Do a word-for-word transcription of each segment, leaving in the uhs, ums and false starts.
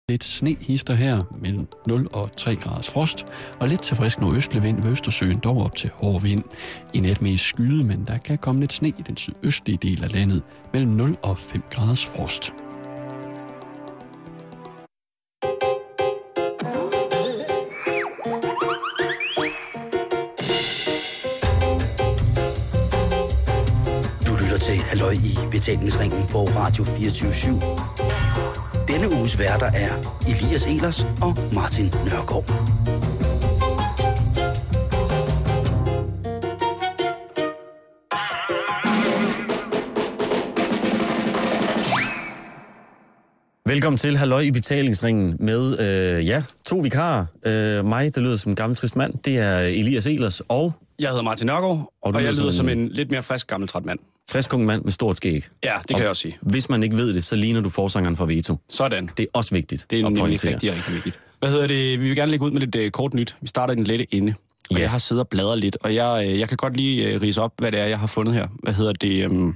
Lidt sne hister her mellem nul og tre graders frost, og lidt til frisk nordøstlig vind ved Østersøen, dog op til hård vind. I nat mest skyde, men der kan komme lidt sne i den sydøstlige del af landet mellem nul og fem graders frost. Du lytter til Halløj i Betalingsringen på Radio fireogtyve syv. Denne uges værter er Elias Ehlers og Martin Nørgaard. Velkommen til Halløj i Betalingsringen med, øh, ja, to vikarer. Øh, mig, der lyder som en gammel trist mand, det er Elias Ehlers, og... Jeg hedder Martin Nørgaard, og, og jeg lyder som en, en lidt mere frisk gammel træt mand. Frisk ung mand med stort skæg. Ja, det kan og jeg også sige. Hvis man ikke ved det, så ligner du forsangeren fra Veto. Sådan. Det er også vigtigt. Det er nemlig rigtig, rigtig vigtigt. Hvad hedder det? Vi vil gerne lægge ud med lidt uh, kort nyt. Vi starter i den lette ende. Og ja. Jeg har siddet og bladret lidt, og jeg, uh, jeg kan godt lige uh, ridse op, hvad det er, jeg har fundet her. Hvad hedder det? Um...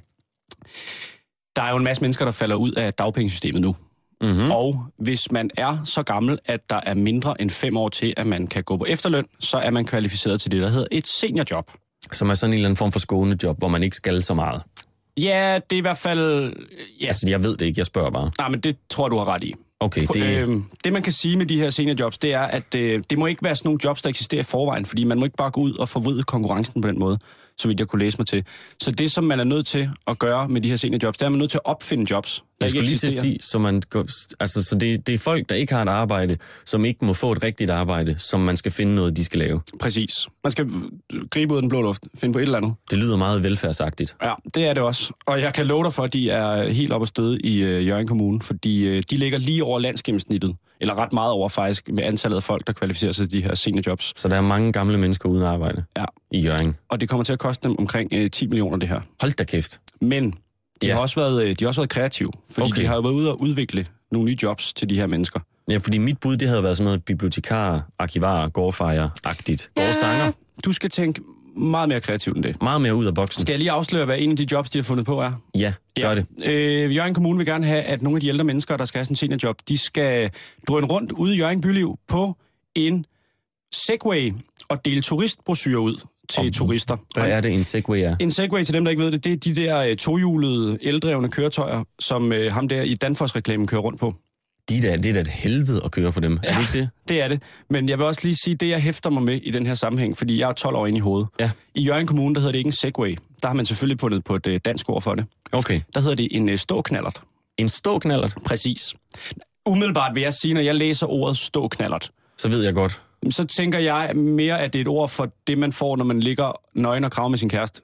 Der er jo en masse mennesker, der falder ud af dagpengesystemet nu. Mm-hmm. Og hvis man er så gammel, at der er mindre end fem år til, at man kan gå på efterløn, så er man kvalificeret til det, der hedder et seniorjob. Som er sådan en eller anden form for skånejob, hvor man ikke skal så meget. Ja, det er i hvert fald... Ja. Altså, jeg ved det ikke, jeg spørger bare. Nej, men det tror du har ret i. Okay, det... Øh, det, man kan sige med de her seniorjobs, det er, at øh, det må ikke være sådan nogle jobs, der eksisterer i forvejen, fordi man må ikke bare gå ud og forvride konkurrencen på den måde, så vidt jeg kunne læse mig til. Så det, som man er nødt til at gøre med de her seniorjobs, det er, at man er nødt til at opfinde jobs. Jeg skulle lige til at sige, så, man går, altså, så det, det er folk, der ikke har et arbejde, som ikke må få et rigtigt arbejde, som man skal finde noget, de skal lave. Præcis. Man skal gribe ud af den blå luft, finde på et eller andet. Det lyder meget velfærdsagtigt. Ja, det er det også. Og jeg kan love dig for, at de er helt oppe at støde i øh, Hjørring Kommune, fordi øh, de ligger lige over landsgennemsnittet, eller ret meget over faktisk, med antallet af folk, der kvalificerer sig til de her seniorjobs. Så der er mange gamle mennesker uden arbejde ja. i Hjørring. Og det kommer til at koste dem omkring øh, ti millioner, det her. Hold da kæft. Men de, ja. har også været, de har også været kreative, fordi okay. de har jo været ude og udvikle nogle nye jobs til de her mennesker. Ja, fordi mit bud, det havde været sådan noget bibliotekar, arkivar, gårdfejer-agtigt. Ja, gårdsanger. Du skal tænke meget mere kreativt end det. Meget mere ud af boksen. Skal jeg lige afsløre, hvad en af de jobs, de har fundet på er? Ja, gør ja. det. Øh, Hjørring Kommune vil gerne have, at nogle af de ældre mennesker, der skal have sådan en seniorjob, de skal drøne rundt ude i Hjørring Byliv på en Segway og dele turistbrosyrer ud til og turister. Hvad er det, en Segway er? En Segway, til dem, der ikke ved det, det er de der uh, tohjulede, eldrevne køretøjer, som uh, ham der i Danfoss-reklamen kører rundt på. De der, det er da et helvede at køre på dem, ja, er det ikke det? Det er det. Men jeg vil også lige sige, det jeg hæfter mig med i den her sammenhæng, fordi jeg er tolv år inde i hovedet. Ja. I Hjørring Kommune, der hedder det ikke en Segway. Der har man selvfølgelig fundet på et uh, dansk ord for det. Okay. Der hedder det en uh, ståknallert. En ståknallert? Præcis. Umiddelbart vil jeg sige, når jeg læser ordet ståknallert, så ved jeg godt. Så tænker jeg mere, at det er et ord for det, man får, når man ligger nøgen og krav med sin kæreste.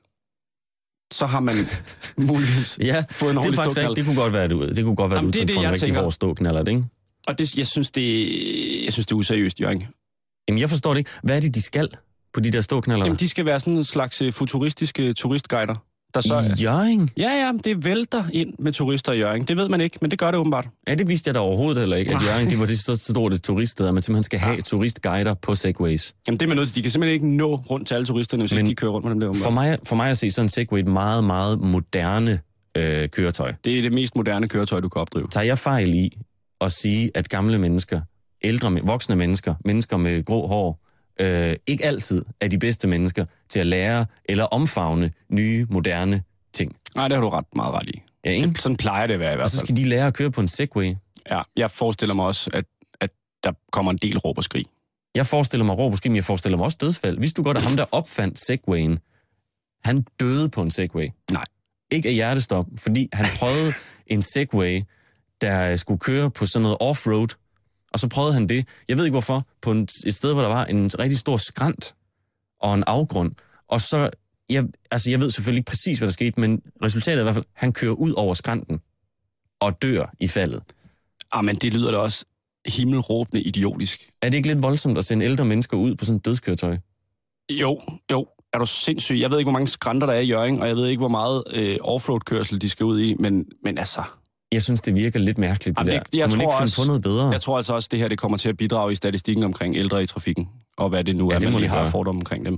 Så har man muligvis ja, fået en ordentlig ståknallert. Det kunne godt være det. Det kunne godt være et udtryk for en rigtig hård ståknallert, ikke? Og det, jeg synes, det, jeg synes, det er useriøst, Jørgen. Jamen, jeg forstår det ikke. Hvad er det, de skal på de der ståknallerter? Jamen, de skal være sådan en slags futuristiske turistguider. Der så, I Hjørring? Ja, ja, det vælter ind med turister i Hjørring. Det ved man ikke, men det gør det åbenbart. Ja, det vidste jeg da overhovedet heller ikke, at Hjørring, det var det så stort et turiststed, at man simpelthen skal have ja. turistguider på Segways. Jamen, det er man nødt til. De kan simpelthen ikke nå rundt til alle turisterne, hvis men ikke de kører rundt med dem der åbenbart. For mig, for mig at se sådan en Segway et meget, meget moderne øh, køretøj. Det er det mest moderne køretøj, du kan opdrive. Tager jeg fejl i at sige, at gamle mennesker, ældre, voksne mennesker, mennesker med grå hår, øh, ikke altid er de bedste mennesker til at lære eller omfavne nye, moderne ting? Nej, det har du ret meget ret i. Ja, ikke? Det, sådan plejer det at være i hvert fald. Og så skal de lære at køre på en Segway. Ja, jeg forestiller mig også, at, at der kommer en del råb og skrig. Jeg forestiller mig råb og skrig, men jeg forestiller mig også dødsfald. Vidste du godt, at ham, der opfandt Segwayen, han døde på en Segway? Nej. Ikke af hjertestop, fordi han prøvede en Segway, der skulle køre på sådan noget off-road, og så prøvede han det. Jeg ved ikke hvorfor, på en, et sted, hvor der var en rigtig stor skrant og en afgrund. Og så, jeg, altså jeg ved selvfølgelig ikke præcis, hvad der skete, men resultatet er i hvert fald, han kører ud over skranten og dør i faldet. Ah, men det lyder da også himmelråbende idiotisk. Er det ikke lidt voldsomt at sende ældre mennesker ud på sådan et dødskøretøj? Jo, jo. Er du sindssyg? Jeg ved ikke, hvor mange skrænter der er i Hjørring, og jeg ved ikke, hvor meget øh, offroad-kørsel de skal ud i, men, men altså... Jeg synes, det virker lidt mærkeligt, det, Jamen, det der. Kan man ikke finde også, på noget bedre? Jeg tror altså også, det her det kommer til at bidrage i statistikken omkring ældre i trafikken, og hvad det nu ja, er, det man lige har gøre. fordom omkring dem.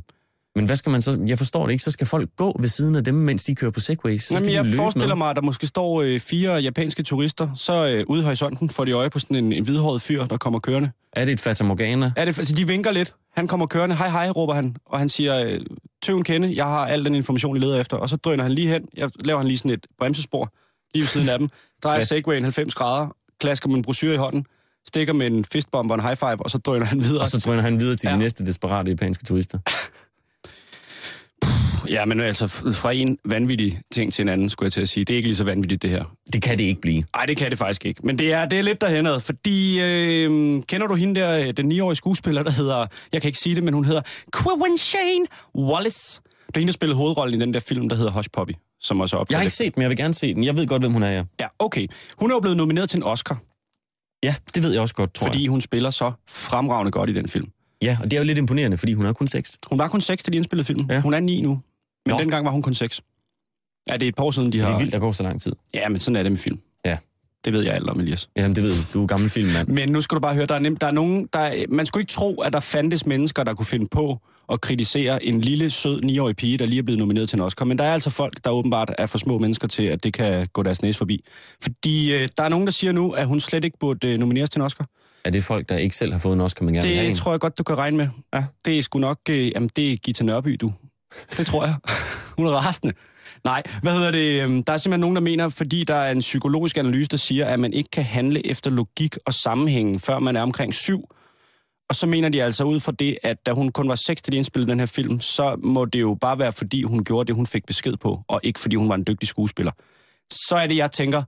Men hvad skal man så... Jeg forstår det ikke. Så skal folk gå ved siden af dem, mens de kører på segways. Så Jamen, skal jeg de forestiller med. mig, at der måske står øh, fire japanske turister, så øh, ude i horisonten får de øje på sådan en, en hvidhåret fyr, der kommer kørende. Er det et Fata Morgana? Er det, altså, de vinker lidt. Han kommer kørende. Hej, hej, råber han. Og han siger, øh, tøven kende, jeg har al den information, I leder efter. Og så drøner han lige hen. Jeg laver han lige sådan et bremsespor lige ved siden af dem. Drejer segwayen halvfems grader. Klasker med en brochure i hånden. Stikker med en fistbomber og en high five. Og så drøner han videre. Og så drøner han videre til ja. Ja. de næste desperate japanske turister. Ja, men altså fra en vanvittig ting til en anden, skulle jeg til at sige. Det er ikke lige så vanvittigt, det her. Det kan det ikke blive. Nej, det kan det faktisk ikke. Men det er, det er lidt derhenad, fordi øh, kender du hende der, den niårige skuespiller, der hedder, jeg kan ikke sige det, men hun hedder Quinshane Wallace. Det er hende, der spillede hovedrollen i den der film, der hedder Hush Puppy, som også er optaget. Jeg har ikke set den, men jeg vil gerne se den. Jeg ved godt, hvem hun er, ja. Ja, okay. Hun er jo blevet nomineret til en Oscar, Ja, det ved jeg også godt, tror fordi jeg. hun spiller så fremragende godt i den film. Ja, og det er jo lidt imponerende, fordi hun er kun seks. Hun var kun seks, da de indspillede filmen. Ja. Hun er ni nu, men Nå. dengang var hun kun seks. Ja, det er et par år siden, de Det har... er vildt, der går så lang tid. Ja, men sådan er det med film. Ja. Det ved jeg alt om, Elias. Jamen, det ved du. Du er gammel filmmand. Men nu skal du bare høre, der er, nemt, der er nogen, der, man skulle ikke tro, at der fandtes mennesker, der kunne finde på at kritisere en lille, sød, niårig pige, der lige er blevet nomineret til en Oscar. Men der er altså folk, der åbenbart er for små mennesker til, at det kan gå deres næse forbi. Fordi øh, der er nogen, der siger nu, at hun slet ikke burde øh, nomineres til en Oscar. Er det folk, der ikke selv har fået en Oscar, men gerne vil have Det en? tror jeg godt, du kan regne med. Ja. Det er sgu nok, øh, jamen det er Gita Nørby, du. Det tror jeg. Hun er rasende. Nej, hvad hedder det? Der er simpelthen nogen, der mener, fordi der er en psykologisk analyse, der siger, at man ikke kan handle efter logik og sammenhængen, før man er omkring syv. Og så mener de altså ud fra det, at da hun kun var seks, til de indspillede den her film, så må det jo bare være, fordi hun gjorde det, hun fik besked på, og ikke fordi hun var en dygtig skuespiller. Så er det, jeg tænker,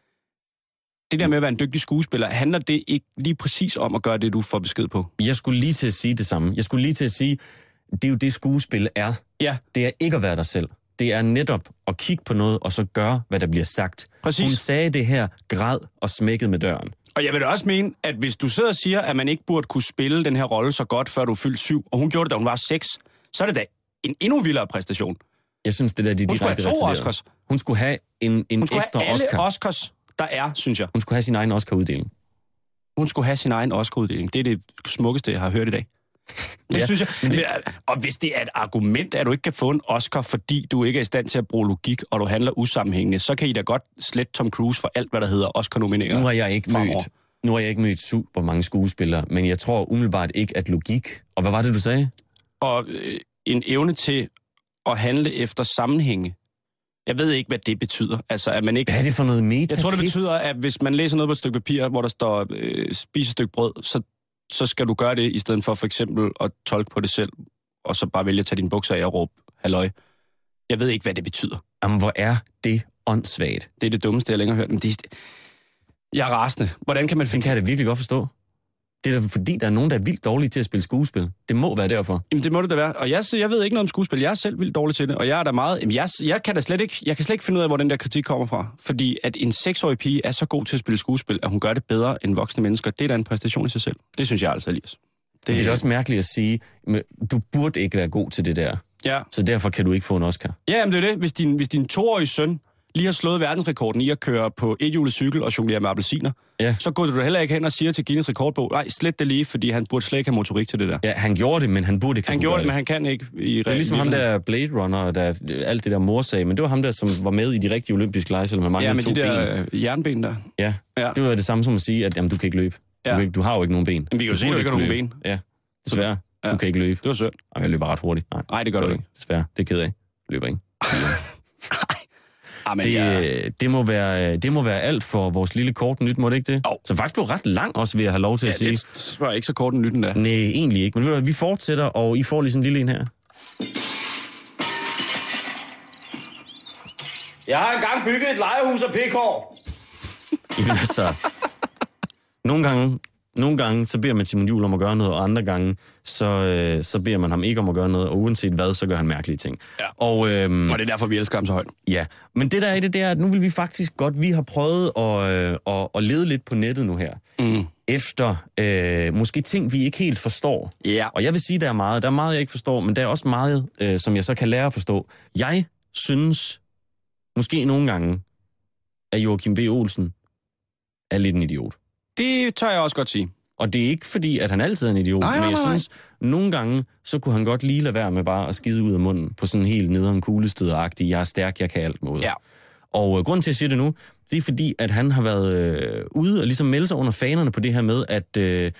det der med at være en dygtig skuespiller, handler det ikke lige præcis om at gøre det, du får besked på? Jeg skulle lige til at sige det samme. Jeg skulle lige til at sige, det er jo det, skuespil er. Ja. Det er ikke at være dig selv. Det er netop at kigge på noget, og så gøre, hvad der bliver sagt. Præcis. Hun sagde det her, græd og smækkede med døren. Og jeg vil da også mene, at hvis du sidder og siger, at man ikke burde kunne spille den her rolle så godt, før du er fyldt syv, og hun gjorde det, da hun var seks, så er det da en endnu vildere præstation. Jeg synes, det der, de Hun skulle direkte have to retarderede. Oscars. Hun skulle have en, en Hun skulle ekstra have alle Oscar. Oscars, der er, synes jeg. Hun skulle have sin egen Oscar-uddeling. Hun skulle have sin egen Oscar-uddeling. Det er det smukkeste, jeg har hørt i dag. Det Ja, synes jeg. men det- Og hvis det er et argument, at du ikke kan få en Oscar, fordi du ikke er i stand til at bruge logik, og du handler usammenhængende, så kan I da godt slette Tom Cruise for alt, hvad der hedder Oscar-nomineringer. Nu har jeg ikke fremover. mødt, nu har jeg ikke mødt super mange skuespillere, men jeg tror umiddelbart ikke, at logik... Og hvad var det, du sagde? Og øh, en evne til at handle efter sammenhænge. Jeg ved ikke, hvad det betyder. Altså, at man ikke... Hvad er det for noget meta? Jeg tror, det betyder, at hvis man læser noget på et stykke papir, hvor der står, øh, spis et stykke brød, så, så skal du gøre det, i stedet for for eksempel at tolke på det selv, og så bare vælge at tage dine bukser af og råbe, halløj. Jeg ved ikke, hvad det betyder. Jamen, hvor er det åndssvagt? Det er det dummeste, jeg længere har hørt. Men det er... Jeg er rasende. Hvordan kan man Det finde... kan jeg da virkelig godt forstå. Det er da fordi, der er nogen, der er vildt dårlige til at spille skuespil. Det må være derfor. Jamen, det må det da være. Og jeg, jeg ved ikke noget om skuespil. Jeg er selv vildt dårlig til det. Og jeg er da meget... Jamen, jeg, jeg, kan da slet ikke, jeg kan slet ikke finde ud af, hvor den der kritik kommer fra. Fordi at en seksårig pige er så god til at spille skuespil, at hun gør det bedre end voksne mennesker. Det er da en præstation i sig selv. Det synes jeg altså, Elias. Det, det er da også mærkeligt at sige, men du burde ikke være god til det der. Ja. Så derfor kan du ikke få en Oscar. Ja, jamen det er det. Hvis din, hvis din toårige søn lige har slået verdensrekorden i at køre på ethjulet cykel og jonglere med appelsiner, Ja. så går du heller ikke hen og siger til Guinness rekordbog, nej, slet det lige, fordi han burde slet ikke have motorik til det der. Ja, han gjorde det, men han burde ikke have Han kunne gjorde gøre det, men han kan ikke i Det er ligesom ham der Blade Runner, der alt det der morsag, men det var ham der, som var med i de rigtige olympiske lege, selvom han manglede Ja, med to de der ben. øh, jernben der. Ja. Ja. Det var det samme som at sige, at jamen, du kan ikke løbe. Du, Ja. kan ikke, du har jo ikke nogen ben. Men vi kan jo se, burde at du ikke har nogen løbe. ben. Ja, desværre. Ja. Du kan ikke løbe. Det var sødt. Og jeg løber ret hurtigt. Nej, Nej, det gør du ikke. Desværre. Det er ked af. Jeg løber ikke. Ah, men Det, ja. øh, det, må være, det må være alt for vores lille kort nyt, må det ikke det? Jo. Som faktisk blev ret lang også, vil jeg have lov til Ja, at sige. det var ikke så kort en nytten der. Nej, egentlig ikke. Men ved du hvad, vi fortsætter, og I får lige sådan en lille en her. Jeg har engang bygget et legehus af pikår. Jamen altså, nogle gange, nogle gange, så beder man Simon Juhl om at gøre noget, og andre gange, så, øh, så beder man ham ikke om at gøre noget, og uanset hvad, så gør han mærkelige ting. Ja. Og, øhm, Og det er derfor, vi elsker ham så højt. ja, men det der er i det, det er, at nu vil vi faktisk godt, vi har prøvet at, øh, at, at lede lidt på nettet nu her, Mm. efter øh, måske ting, vi ikke helt forstår. Ja. Og jeg vil sige, der er meget, der er meget, jeg ikke forstår, men der er også meget, øh, som jeg så kan lære at forstå. Jeg synes, måske nogle gange, at Joachim B. Olsen er lidt en idiot. Det tør jeg også godt sige. Og det er ikke fordi, at han altid er en idiot, nej, nej, men jeg nej. synes, nogle gange, så kunne han godt lige lade være med bare at skide ud af munden på sådan en helt nederen kuglestøder-agtig, jeg er stærk, jeg kan alt måde. Ja. Og øh, grunden til, at jeg siger det nu, det er fordi, at han har været øh, ude og ligesom melde sig under fanerne på det her med, at øh,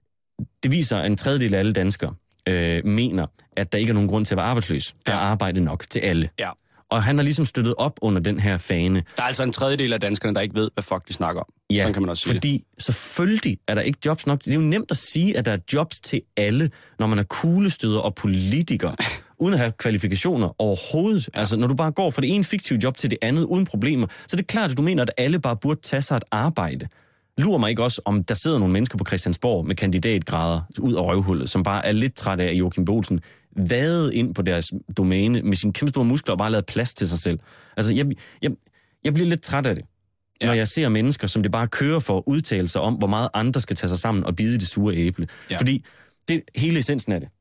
det viser, at en tredjedel af alle danskere øh, mener, at der ikke er nogen grund til at være arbejdsløs. Der er arbejde nok til alle. Ja. Og han har ligesom støttet op under den her fane. Der er altså en tredjedel af danskerne, der ikke ved, hvad fuck de snakker om. Ja, sådan kan man også sige fordi det. selvfølgelig er der ikke jobs nok. Det er jo nemt at sige, at der er jobs til alle, når man er kuglestøder og politiker, uden at have kvalifikationer overhovedet. Ja. Altså, når du bare går fra det ene fiktive job til det andet uden problemer, så er det klart, at du mener, at alle bare burde tage sig et arbejde. Lurer mig ikke også, om der sidder nogle mennesker på Christiansborg med kandidatgrader ud af røvhullet, som bare er lidt trætte af, at Joachim B. Olsen vadede ind på deres domæne med sine kæmpe store muskler og bare lavede plads til sig selv. Altså, jeg, jeg, jeg bliver lidt træt af det, ja. Når jeg ser mennesker, som det bare kører for at udtale sig om, hvor meget andre skal tage sig sammen og bide det sure æble. Ja. Fordi det, hele essensen af det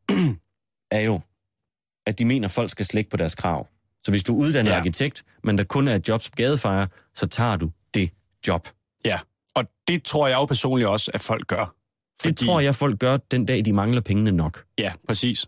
er jo, at de mener, at folk skal slække på deres krav. Så hvis du er uddannet ja. arkitekt, men der kun er et job som gadefejer, så tager du det job. Ja, og det tror jeg jo personligt også, at folk gør. Fordi... Det tror jeg, folk gør den dag, de mangler pengene nok. Ja, præcis.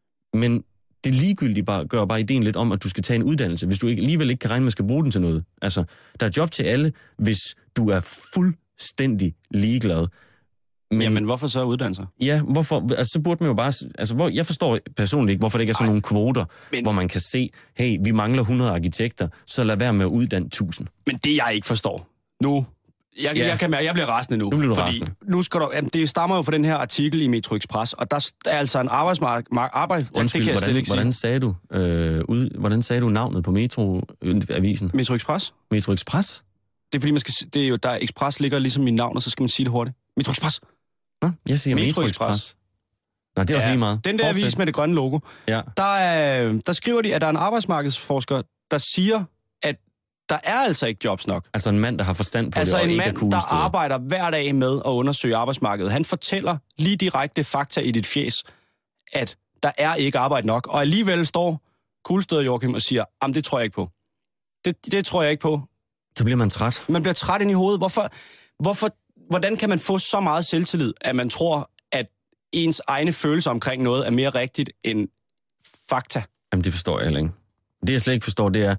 Men det ligegyldigt bare, gør bare ideen lidt om, at du skal tage en uddannelse, hvis du ikke, alligevel ikke kan regne med, at skal bruge den til noget. Altså, der er job til alle, hvis du er fuldstændig ligeglad. Men, Jamen, hvorfor så uddanne sig? Ja, hvorfor? Altså, så burde man jo bare... Altså, hvor, jeg forstår personligt ikke, hvorfor der ikke er sådan Ej, nogle kvoter, men, hvor man kan se, hey, vi mangler hundrede arkitekter, så lad være med at uddanne tusind. Men det, jeg ikke forstår nu... Jeg, ja. jeg kan mærke, jeg bliver rasende nu. Nu bliver du fordi rasende. Nu skal du, jamen, det stammer jo fra den her artikel i Metro Express, og der er altså en arbejdsmarked... Arbejde, Undskyld, det hvordan, hvordan, sagde du, øh, ud, hvordan sagde du navnet på Metro-avisen? Metro Express. Metro Express? Det er fordi, man skal, det er jo, der Express ligger ligesom i navnet, så skal man sige det hurtigt. Metro Express. Nå, jeg siger Metro, Metro Express. Express. Nå, det er ja, også lige meget. Den der Fortsæt. avis med det grønne logo, ja. der, er, der skriver de, at der er en arbejdsmarkedsforsker, der siger, at der er altså ikke jobs nok. Altså en mand, der har forstand på altså det, og ikke er Altså en mand, der arbejder hver dag med at undersøge arbejdsmarkedet. Han fortæller lige direkte fakta i dit fjes, at der er ikke arbejde nok. Og alligevel står Kuglestøder Joachim og siger, jamen det tror jeg ikke på. Det, det tror jeg ikke på. Så bliver man træt. Man bliver træt ind i hovedet. Hvorfor, hvorfor, hvordan kan man få så meget selvtillid, at man tror, at ens egne følelser omkring noget er mere rigtigt end fakta? Jamen det forstår jeg heller ikke. Det jeg slet ikke forstår, det er,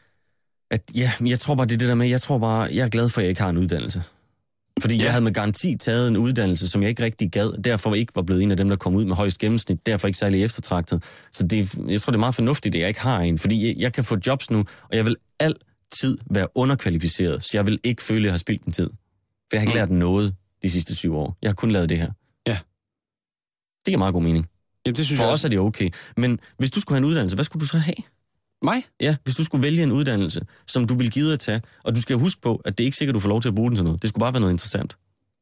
at ja, jeg tror bare, det er det der med, jeg tror bare, jeg er glad for, at jeg ikke har en uddannelse. Fordi ja. jeg havde med garanti taget en uddannelse, som jeg ikke rigtig gad, derfor ikke var blevet en af dem, der kom ud med højst gennemsnit, derfor ikke særlig eftertragtet. Så det, jeg tror, det er meget fornuftigt, at jeg ikke har en, fordi jeg, jeg kan få jobs nu, og jeg vil altid være underkvalificeret, så jeg vil ikke føle, at jeg har spildt min tid. For jeg har ikke mm. lært noget de sidste syv år. Jeg har kun lavet det her. Ja. Det giver meget god mening. Jamen, det synes for jeg os også er det okay. Men hvis du skulle have en uddannelse, hvad skulle du så have? Mig? Ja, hvis du skulle vælge en uddannelse, som du vil give dig at tage, og du skal huske på, at det er ikke sikkert, du får lov til at bruge den til noget. Det skulle bare være noget interessant.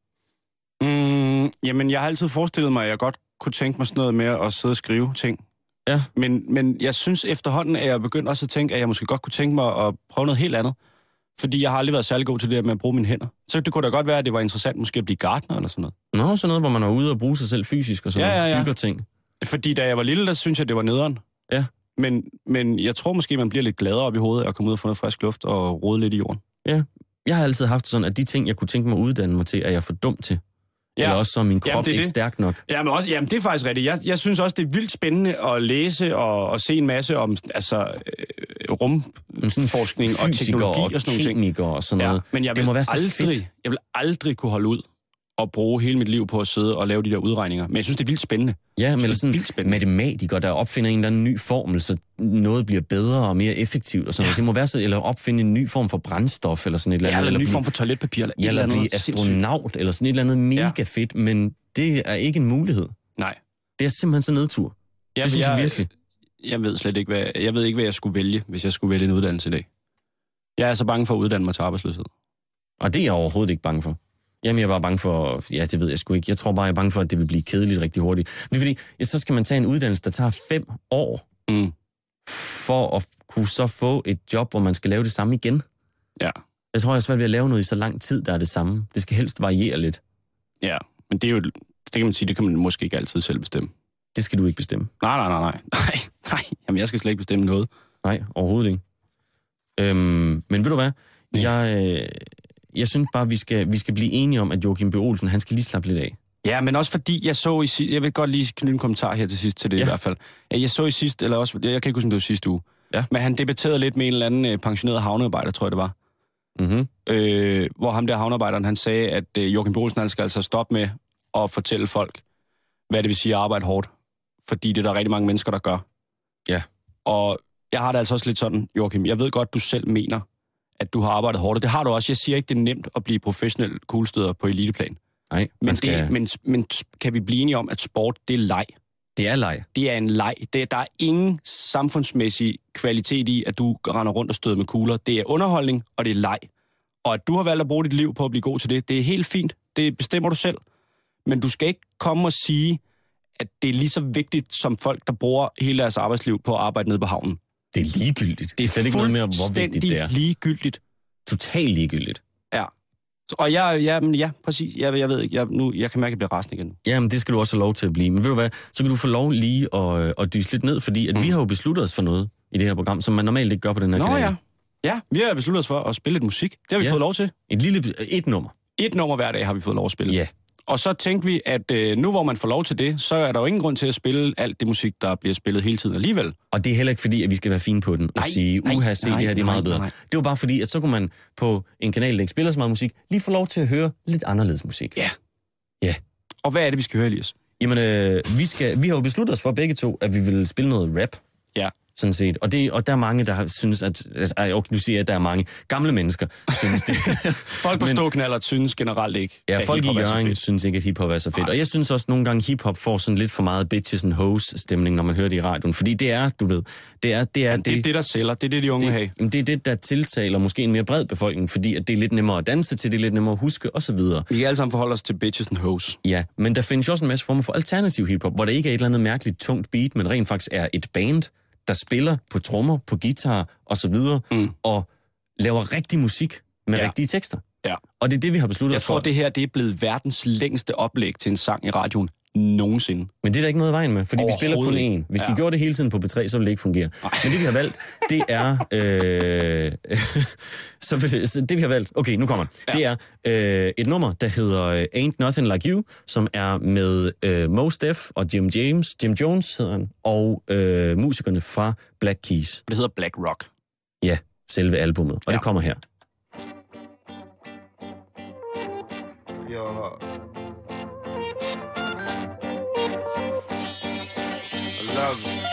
Mm, jamen, jeg har altid forestillet mig, at jeg godt kunne tænke mig sådan noget med at sidde og skrive ting. Ja. Men, men jeg synes efterhånden, at jeg begyndt også at tænke, at jeg måske godt kunne tænke mig at prøve noget helt andet. Fordi jeg har aldrig været særlig god til det med at bruge mine hænder. Så det kunne da godt være, at det var interessant måske at blive gartner eller sådan noget. Nå, sådan noget, hvor man er ude og bruge sig selv fysisk og sådan ja, ja, ja. bygger ting. Fordi da jeg var lille, der synes jeg, det var nederen. Ja. Men, men jeg tror måske, man bliver lidt gladere op i hovedet og komme ud og få noget frisk luft og rode lidt i jorden. Ja, jeg har altid haft sådan, at de ting, jeg kunne tænke mig at uddanne mig til, er jeg for dum til. Ja. Eller også så er min krop jamen, ikke det. stærk nok. Jamen, også, jamen, det er faktisk rigtigt. Jeg, jeg synes også, det er vildt spændende at læse og, og se en masse om altså, øh, rumforskning og teknologi og, og sådan noget. Og sådan noget. Ja, men jeg vil, det må være så aldrig, fedt. jeg vil aldrig kunne holde ud og bruge hele mit liv på at sidde og lave de der udregninger. Men jeg synes, det er vildt spændende. Ja, men sådan en matematiker, der opfinder en eller anden ny formel, så noget bliver bedre og mere effektivt og sådan ja. noget. Det må være så, eller opfinde en ny form for brændstof eller sådan et eller andet. Ja, eller en ny blive, form for toiletpapir. Eller, ja, eller blive astronaut sindssygt. Eller sådan et eller andet mega ja. fedt, men det er ikke en mulighed. Nej. Det er simpelthen så nedtur. Ja, det synes jeg, jeg virkelig. Jeg ved slet ikke, hvad jeg ved ikke, hvad jeg skulle vælge, hvis jeg skulle vælge en uddannelse i dag. Jeg er så bange for at uddanne mig til arbejdsløshed. Og det er jeg overhovedet ikke bange for. Jamen, jeg er bare bange for... Ja, det ved jeg sgu ikke. Jeg tror bare, jeg er bange for, at det vil blive kedeligt rigtig hurtigt. Det er fordi, ja, så skal man tage en uddannelse, der tager fem år, mm. for at kunne så få et job, hvor man skal lave det samme igen. Ja. Jeg tror, jeg er svært ved at lave noget i så lang tid, der er det samme. Det skal helst variere lidt. Ja, men det er jo... Det kan man sige, det kan man måske ikke altid selv bestemme. Det skal du ikke bestemme. Nej, nej, nej, nej. Nej, nej. Jamen, jeg skal slet ikke bestemme noget. Nej, overhovedet ikke. Øhm, men ved du hvad? Jeg... Øh, Jeg synes bare, vi skal, vi skal blive enige om, at Joachim B. Olsen, han skal lige slappe lidt af. Ja, men også fordi jeg så i sidste... Jeg vil godt lige knytte en kommentar her til sidst til det ja. i hvert fald. Jeg så i sidste, eller også... Jeg kan ikke huske, om det var sidste uge. Ja. Men han debatterede lidt med en eller anden pensioneret havnearbejder, tror jeg det var. Mm-hmm. Øh, hvor ham der havnearbejderen, han sagde, at øh, Joachim B. Olsen, han skal altså stoppe med at fortælle folk, hvad det vil sige at arbejde hårdt. Fordi det er der rigtig mange mennesker, der gør. Ja. Og jeg har det altså også lidt sådan, Joachim, jeg ved godt, du selv mener, at du har arbejdet hårdt. Det har du også. Jeg siger ikke, det er nemt at blive professionel kuglestøder på eliteplan. Nej, men, skal... det, men, men kan vi blive enige om, at sport, det er leg? Det er leg. Det er en leg. Det, der er ingen samfundsmæssig kvalitet i, at du render rundt og støder med kugler. Det er underholdning, og det er leg. Og at du har valgt at bruge dit liv på at blive god til det, det er helt fint. Det bestemmer du selv. Men du skal ikke komme og sige, at det er lige så vigtigt som folk, der bruger hele deres arbejdsliv på at arbejde nede på havnen. Det er ligegyldigt. Det er slet ikke noget mere, hvor vigtigt det er. ligegyldigt. Totalt ligegyldigt. Ja. Og jeg, ja, men ja, præcis. Jeg, jeg ved ikke, jeg, nu, jeg kan mærke, at jeg bliver rasende igen. Jamen, det skal du også have lov til at blive. Men ved du hvad, så kan du få lov lige at, at dyse lidt ned, fordi at mm. vi har jo besluttet os for noget i det her program, som man normalt ikke gør på den her Nå, kanal. Ja. ja, vi har besluttet os for at spille lidt musik. Det har vi ja. fået lov til. Et lille, et nummer. Et nummer hver dag har vi fået lov at spille. Ja. Og så tænkte vi, at øh, nu hvor man får lov til det, så er der jo ingen grund til at spille alt det musik, der bliver spillet hele tiden alligevel. Og det er heller ikke fordi, at vi skal være fine på den og nej, sige, uha, se, nej, det her det er meget nej, bedre. nej. Det var bare fordi, at så kunne man på en kanal, der ikke spiller så meget musik, lige få lov til at høre lidt anderledes musik. Ja. Ja. Og hvad er det, vi skal høre, Elias? Jamen, øh, vi, skal, vi har jo besluttet os for begge to, at vi vil spille noget rap. Ja. Sådan set. Og, det, og der er mange, der synes, at... at okay, nu siger jeg, at der er mange gamle mennesker, synes det. Folk på ståknaller synes generelt ikke, ja, folk i Hjørring synes ikke, at hiphop er så fedt. Nej. Og jeg synes også, at nogle gange hiphop får sådan lidt for meget bitches and hoes stemning, når man hører det i radioen. Fordi det er, du ved... Det er det, er, det, det er det, der sælger. Det er det, de unge det, har. Det er det, der tiltaler måske en mere bred befolkning, fordi at det er lidt nemmere at danse til, det er lidt nemmere at huske, osv. Vi kan alle sammen forholde os til bitches and hoes. Ja, men der findes jo også en masse former for alternativ hiphop, hvor der ikke er et eller andet mærkeligt tungt beat, men rent faktisk er et band, der spiller på trommer, på guitar og så videre, mm. og laver rigtig musik med ja. rigtige tekster. Ja. Og det er det, vi har besluttet Jeg os for. Jeg tror, det her det er blevet verdens længste oplæg til en sang i radioen nogensinde. Men det er der ikke noget i vejen med, fordi vi spiller kun én. Hvis ja. de gjorde det hele tiden på B tre, så ville det ikke fungere. Ej. Men det, vi har valgt, det er... Øh, så, så det, vi har valgt... Okay, nu kommer ja. Det er øh, et nummer, der hedder Ain't Nothing Like You, som er med øh, Mos Def og Jim James, Jim Jones hedder han, og øh, musikerne fra Black Keys. Det hedder Black Rock. Ja, selve albumet. Og ja. det kommer her. Yo, love it.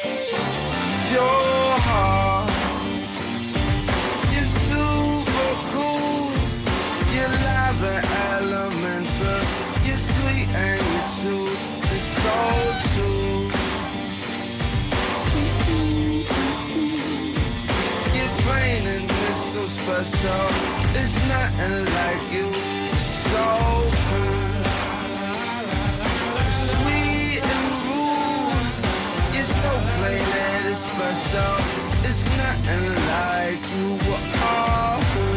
Your heart, you're super cool. You're live and elemental. You're sweet and you're true. It's so true. You're plain and it's so special. It's nothing like you. It's so cool. So plain and it's special. It's nothing like you are.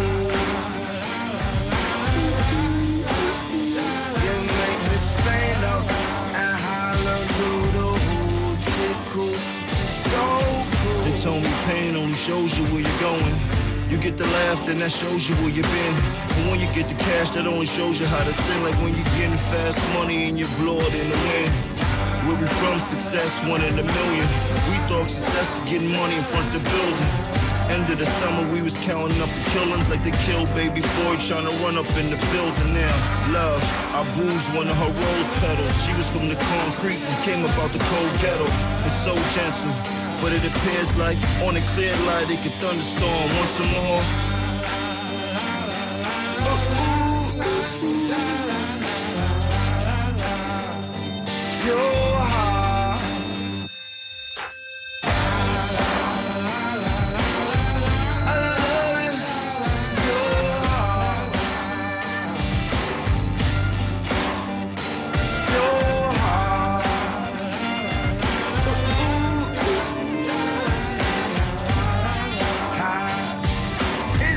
You make me stand up and holler through the hoods. You're cool. You're so cool. They told me pain only shows you where you're going. You get the laugh, then that shows you where you've been. And when you get the cash, that only shows you how to sin. Like when you're getting fast money and you blow it in the wind. Where we from, success, one in a million. We thought success is getting money in front of the building. End of the summer, we was counting up the killings like they killed baby boy trying to run up in the building now. Love, I bruised one of her rose petals. She was from the concrete and came up out the cold ghetto. It's so gentle, but it appears like on a clear light it could thunderstorm once more. Your heart, I love you. Your heart, your heart. Ooh, ooh.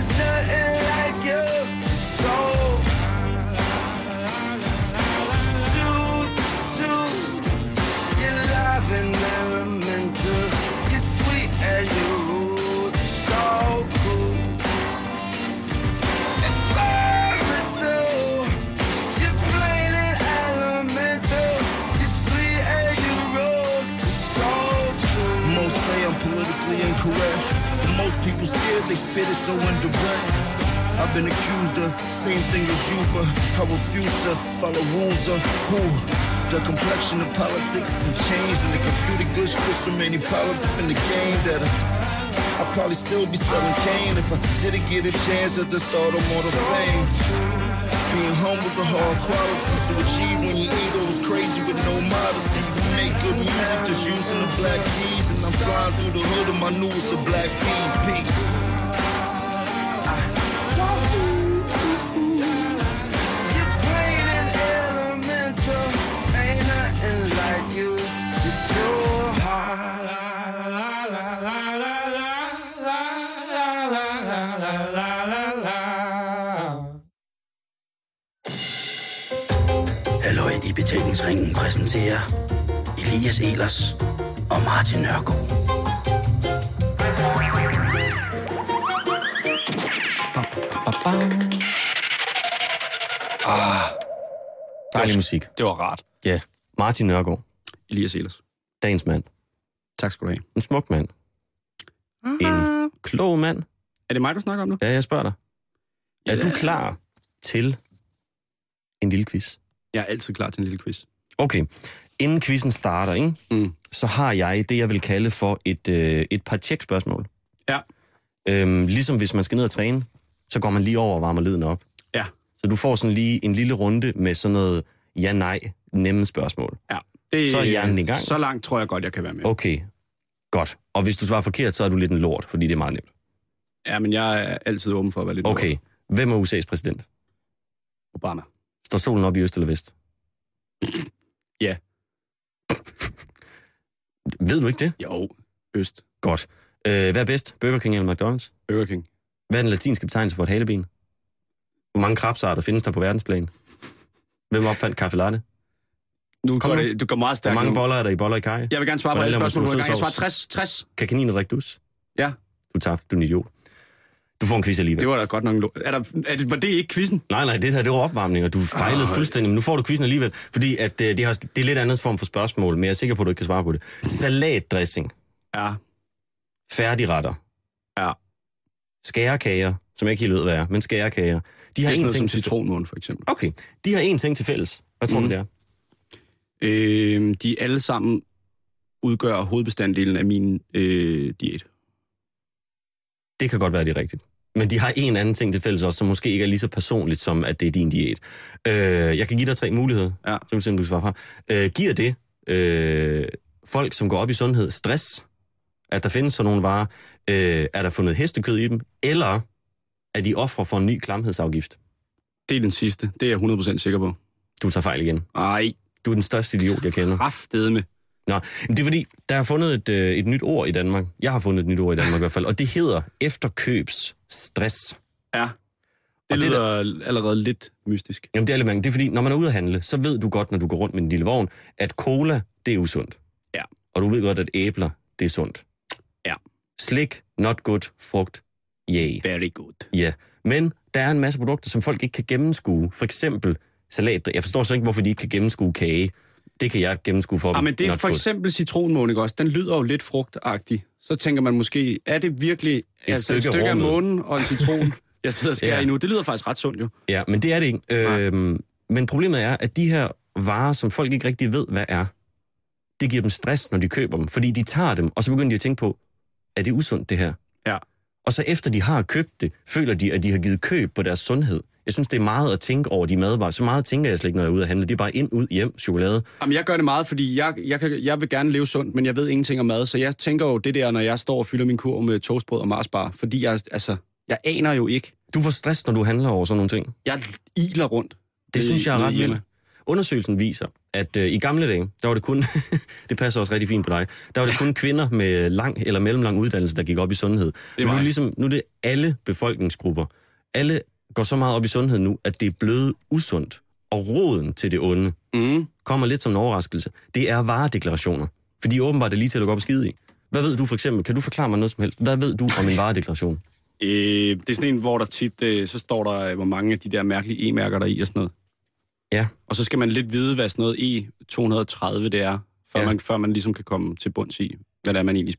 correct. But most people scared, they spit it so indirect. I've been accused of same thing as you, but I refuse to follow rules of who. The complexion of politics can change, and the computer glitch put so many problems up in the game that I, I'd probably still be selling cane if I didn't get a chance at the start of more fame. Being humble's a hard quality to achieve when your ego is crazy with no modesty. We make good music just using the black keys, and I'm flying through the hood of my newest of black keys. Peace. Halløj i betalingsringen præsenterer Elias Elers og Martin Nørgaard. Ah, dejlig musik. Det var rart. Ja, Martin Nørgaard. Elias Elers. Dagens mand. Tak skal du have. En smuk mand. Aha. En klog mand. Er det mig, du snakker om nu? Ja, jeg spørger dig. Ja, er du klar til en lille quiz? Jeg er altid klar til en lille quiz. Okay. Inden quizzen starter, ikke? Mm. Så har jeg det, jeg vil kalde for et, øh, et par tjekspørgsmål. Ja. Øhm, ligesom hvis man skal ned og træne, så går man lige over og varmer lyden op. Ja. Så du får sådan lige en lille runde med sådan noget ja-nej, nemme spørgsmål. Ja. Det, så er hjernen i gang. Så langt tror jeg godt, jeg kan være med. Okay, godt. Og hvis du svarer forkert, så er du lidt en lort, fordi det er meget nemt. Ja, men jeg er altid åben for at være lidt Okay, lort. hvem er U S A's præsident? Obama. Står solen op i øst eller vest? Ja. Ved du ikke det? Jo, øst. Godt. Øh, hvad er bedst? Burger King eller McDonald's? Burger King. Hvad er den latinske betegnelse for et haleben? Hvor mange krabsarter findes der på verdensplan? Hvem opfandt kaffe latte? Nu Kom går nu. det, du går meget Hvor stærkt mange nu. boller er der i boller i kaj? Jeg vil gerne svare på Hvordan alle laver man spørgsmål. Jeg kan sødsovs? svare tres. tres. Kan kaniner drikke dus? Ja. Du tabte, du er en idiot. Du får en quiz alligevel. Det var da godt nok... lo- Er der, er det, var det ikke quizzen? Nej, nej, det her, det var opvarmning, og du fejlede Ah, fuldstændig. Men nu får du quizzen alligevel, fordi at, øh, det, har, det er lidt andet form for spørgsmål, men jeg er sikker på, at du ikke kan svare på det. Salatdressing, Ja. færdigretter, Ja. skærekager, som jeg ikke helt ved, hvad er, men skærekager. De har Det er sådan en noget som ting til... citronmåne, for eksempel. Okay, de har en ting til fælles. Hvad tror Mm. du, det er? Øh, de alle sammen udgør hovedbestanddelen af min øh, diæt. Det kan godt være, det er rigtigt. Men de har en anden ting til fælles også, som måske ikke er lige så personligt, som at det er din diæt. Øh, jeg kan give dig tre muligheder, Ja. så kan du se, om du svarer fra. Øh, giver det øh, folk, som går op i sundhed, stress, at der findes sådan nogle varer? Øh, er der fundet hestekød i dem? Eller er de ofre for en ny klamhedsafgift? Det er den sidste. Det er jeg hundrede procent sikker på. Du tager fejl igen. Ej, Du er den største idiot, jeg kender. kraftedeme. Nå, men det er fordi, der er fundet et, øh, et nyt ord i Danmark. Jeg har fundet et nyt ord i Danmark i hvert fald, og det hedder efterkøbsstress. Ja. Og Det det lyder det allerede lidt mystisk. Jamen det er lidt mange. Det er fordi, når man er ude at handle, så ved du godt, når du går rundt med en lille vogn, at cola, det er usundt. Ja. Og du ved godt, at æbler, det er sundt. Ja. Slik, not good, frugt, yay. Very good. Ja. Men der er en masse produkter, som folk ikke kan gennemskue. For eksempel salat. Jeg forstår så ikke, hvorfor de ikke kan gennemskue kage. Det kan jeg gennemskue for Ja, dem. men det er Not for good. eksempel citronmåne, ikke også? Den lyder jo lidt frugtagtig. Så tænker man måske, er det virkelig et altså, stykke et stykke af råmel. månen og en citron, jeg sidder og skærer Ja. i nu? Det lyder faktisk ret sundt jo. Ja, men det er det ikke. Øhm, men problemet er, at de her varer, som folk ikke rigtig ved, hvad er, det giver dem stress, når de køber dem. Fordi de tager dem, og så begynder de at tænke på, er det usundt det her? Ja. Og så efter de har købt det, føler de, at de har givet køb på deres sundhed. Jeg synes, det er meget at tænke over de madvarer. Så meget tænker jeg slet ikke, når jeg er ude at handle. Det er bare ind, ud, hjem, chokolade. Jamen, jeg gør det meget, fordi jeg, jeg, kan, jeg vil gerne leve sundt, men jeg ved ingenting om mad, så jeg tænker jo det der, når jeg står og fylder min kurv med toastbrød og marsbar, fordi jeg, altså, jeg aner jo ikke. Du får stress, når du handler over sådan nogle ting. Jeg iler rundt. Det nede- synes jeg er nede ret hjemme. vildt. Undersøgelsen viser, at øh, i gamle dage, der var det kun, det passer også rigtig fint på dig, der var det kun kvinder med lang eller mellemlang uddannelse, der gik op i sundhed. Men nu, er mig. det ligesom, nu er det alle befolkningsgrupper. Alle går så meget op i sundhed nu, at det er blevet usundt. Og roden til det onde Mm. kommer lidt som en overraskelse. Det er varedeklarationer. Fordi åbenbart er lige til at gå op og skide i. Hvad ved du for eksempel? Kan du forklare mig noget som helst? Hvad ved du om en varedeklaration? Øh, det er sådan en, hvor der tit, øh, så står der, øh, hvor mange af de der mærkelige e-mærker der er i og sådan noget. Ja. Og så skal man lidt vide, hvad sådan noget E to hundrede og tredive det er, før, Ja. ja. man, før man ligesom kan komme til bunds i, hvad det er, man egentlig spiser.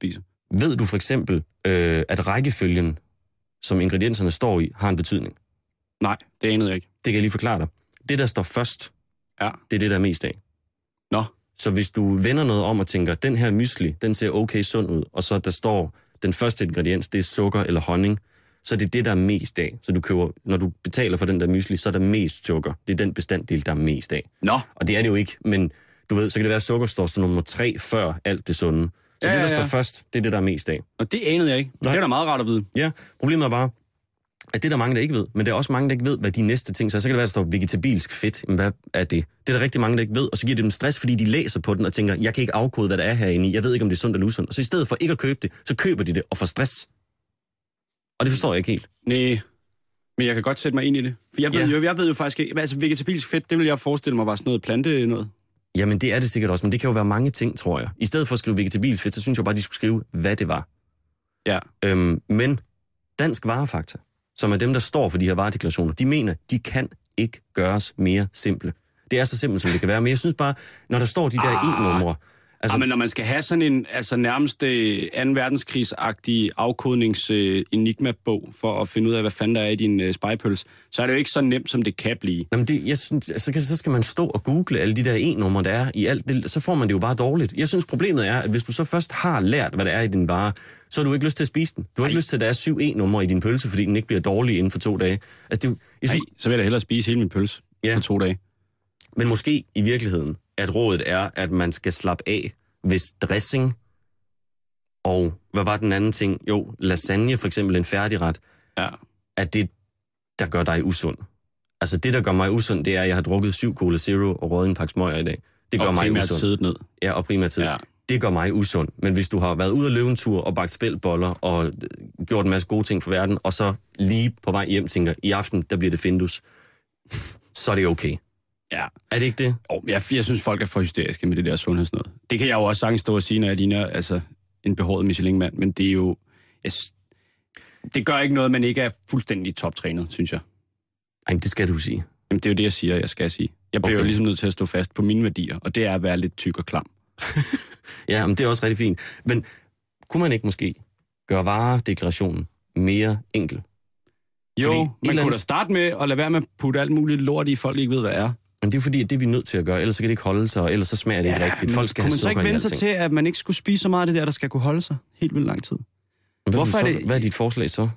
Ved du for eksempel, øh, at rækkefølgen, som ingredienserne står i, har en betydning? Nej, det anede jeg ikke. Det kan jeg lige forklare dig. Det, der står først, ja. det er det, der er mest af. Nå. Så hvis du vender noget om og tænker, den her mysli, den ser okay sund ud, og så der står, den første ingrediens, det er sukker eller honning, så det er det, der er mest af. Så du køber, når du betaler for den der mysli, så er der mest sukker. Det er den bestanddel, der er mest af. Nå. Og det er det jo ikke, men du ved, så kan det være, at sukker står som nummer tre før alt det sunde. Så ja, det, der ja, ja. står først, det er det, der er mest af. Og det anede jeg ikke. Nej. Det er da meget rart at vide. Ja, problemet er bare, at det er der mange, der ikke ved. Men der er også mange, der ikke ved, hvad de næste ting så. Så kan det være, at der står vegetabilsk fedt. Men hvad er det? Det er der rigtig mange, der ikke ved. Og så giver det dem stress, fordi de læser på den og tænker, jeg kan ikke afkode, hvad der er herinde i. Jeg ved ikke, om det er sundt eller usundt. Og så i stedet for ikke at købe det, så køber de det og får stress. Og det forstår jeg ikke helt. Nej, men jeg kan godt sætte mig ind i det. For jeg ved, ja. jo, jeg ved jo faktisk ikke, altså vegetabilsk fedt, det vil jeg forestille mig var sådan noget plante noget. Jamen det er det sikkert også, men det kan jo være mange ting, tror jeg. I stedet for at skrive vegetabilsk fedt, så synes jeg bare, de skulle skrive, hvad det var. Ja. Øhm, men Dansk Varefakta, som er dem, der står for de her varedeklarationer, de mener, de kan ikke gøres mere simple. Det er så simpelt, som det kan være. Men jeg synes bare, når der står de der ah. e-numre... Altså, ah, men når man skal have sådan en altså nærmest anden verdenskrigsagtig afkodnings-enigma-bog for at finde ud af, hvad fanden der er i din uh, spejepøls, så er det jo ikke så nemt, som det kan blive. Jamen det, jeg synes, så, kan, så skal man stå og google alle de der e-numre, der er i alt. Det, så får man det jo bare dårligt. Jeg synes, problemet er, at hvis du så først har lært, hvad der er i din vare, så har du ikke lyst til at spise den. Du har Ej. ikke lyst til, at der er syv e-numre i din pølse, fordi den ikke bliver dårlig inden for to dage. Altså, det, jeg synes, Ej, så vil jeg hellere spise hele min pølse ja. på to dage. Men måske i virkeligheden, at rådet er, at man skal slappe af, hvis dressing og, hvad var den anden ting? Jo, lasagne, for eksempel en færdigret, ja. at det, der gør dig usund. Altså det, der gør mig usund, det er, at jeg har drukket syv Cola Zero og røget en pakke smøger i dag. Det gør og mig usund. Siddet ned. Ja, og primært siddet. Ja. Det gør mig usund. Men hvis du har været ude at løbe en tur og bagt spælboller og gjort en masse gode ting for verden, og så lige på vej hjem tænker, i aften, der bliver det Findus, så er det okay. Ja. Er det ikke det? Oh, jeg, jeg synes, folk er for hysteriske med det der sundhedsnød. Det kan jeg jo også sagtens stå og sige, når jeg ligner altså, en behåret Michelin-mand, men det er jo... Jeg, det gør ikke noget, man ikke er fuldstændig toptrænet, synes jeg. Ej, det skal du sige. Jamen, det er jo det, jeg siger, jeg skal sige. Jeg bliver okay. jo ligesom nødt til at stå fast på mine værdier, og det er at være lidt tyk og klam. Ja, men det er også rigtig fint. Men kunne man ikke måske gøre varedeklarationen mere enkel? Jo, fordi man kunne da starte med at lade være med at putte alt muligt lort i, folk ikke ved, hvad er. Men det er fordi, at det er vi nødt til at gøre, ellers så kan det ikke holde sig, og ellers så smager det ja, ikke rigtigt. Folk skal have sukker i alting. Kunne man så ikke vende sig til, at man ikke skulle spise så meget af det der, der skal kunne holde sig helt vildt lang tid? Hvad, Hvorfor er det... Hvad er dit forslag så?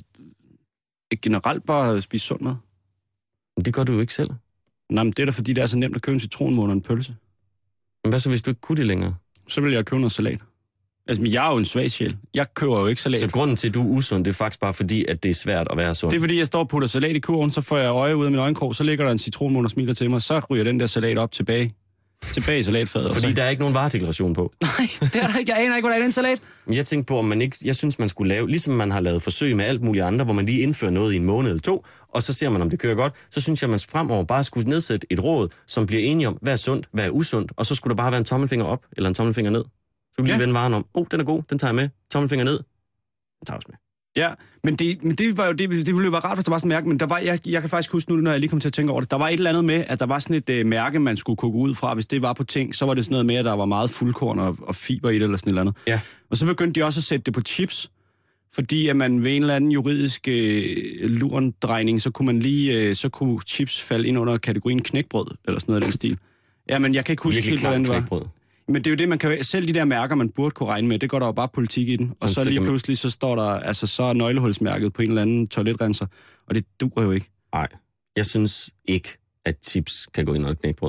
Generelt bare spise sund mad. Men det gør du jo ikke selv. Nej, men det er da fordi, det er så nemt at købe en citronmåne og en pølse. Men hvad så, hvis du ikke kunne det længere? Så vil jeg købe noget salat. Altså, men jeg er jo en svag sjæl. Jeg køber jo ikke salat. Så grunden til, at du er usund, det er faktisk bare fordi, at det er svært at være sund? Det er fordi, jeg står og putter salat i kurven, så får jeg øje ud af min øjenkrog, så ligger der en citronmåne og smiler til mig, så ryger den der salat op tilbage. Tilbage i salatfadet. Fordi der er ikke nogen varedeklaration på? Nej, det er der ikke. Jeg aner ikke, hvordan er den salat. Jeg tænkte på, om man ikke... Jeg synes, man skulle lave... Ligesom man har lavet forsøg med alt muligt andre, hvor man lige indfører noget i en måned eller to, og så ser man, om det kører godt. Så synes jeg, man fremover bare skulle nedsætte et råd, som bliver enige om, hvad er sundt, hvad er usundt, og så skulle der bare være en tommelfinger op, eller en tommelfinger ned. Så kunne du lige ja. vende varen om. Åh, oh, den er god, den tager jeg med. Tommelfinger ned. Den tager også med. Ja, men det, men det var jo det, det ville jo være rart, hvis der var sådan et mærke, men der var, jeg, jeg kan faktisk huske nu, når jeg lige kom til at tænke over det, der var et eller andet med, at der var sådan et uh, mærke, man skulle koge ud fra, hvis det var på ting, så var det sådan noget med, at der var meget fuldkorn og, og fiber i det, eller sådan et eller andet. Ja. Og så begyndte de også at sætte det på chips, fordi at man ved en eller anden juridisk uh, lurendrejning, så kunne man lige, uh, så kunne chips falde ind under kategorien knækbrød, eller sådan noget af den stil. Ja, men jeg kan ikke huske helt, hvordan det var. Knækbrød. Men det er jo det, man kan... Selv de der mærker, man burde kunne regne med, det går der jo bare politik i den. Og så lige pludselig, så står der... Altså, så er nøglehulsmærket på en eller anden toiletrenser. Og det duer jo ikke. Nej, jeg synes ikke, at chips kan gå ind under knækbrød.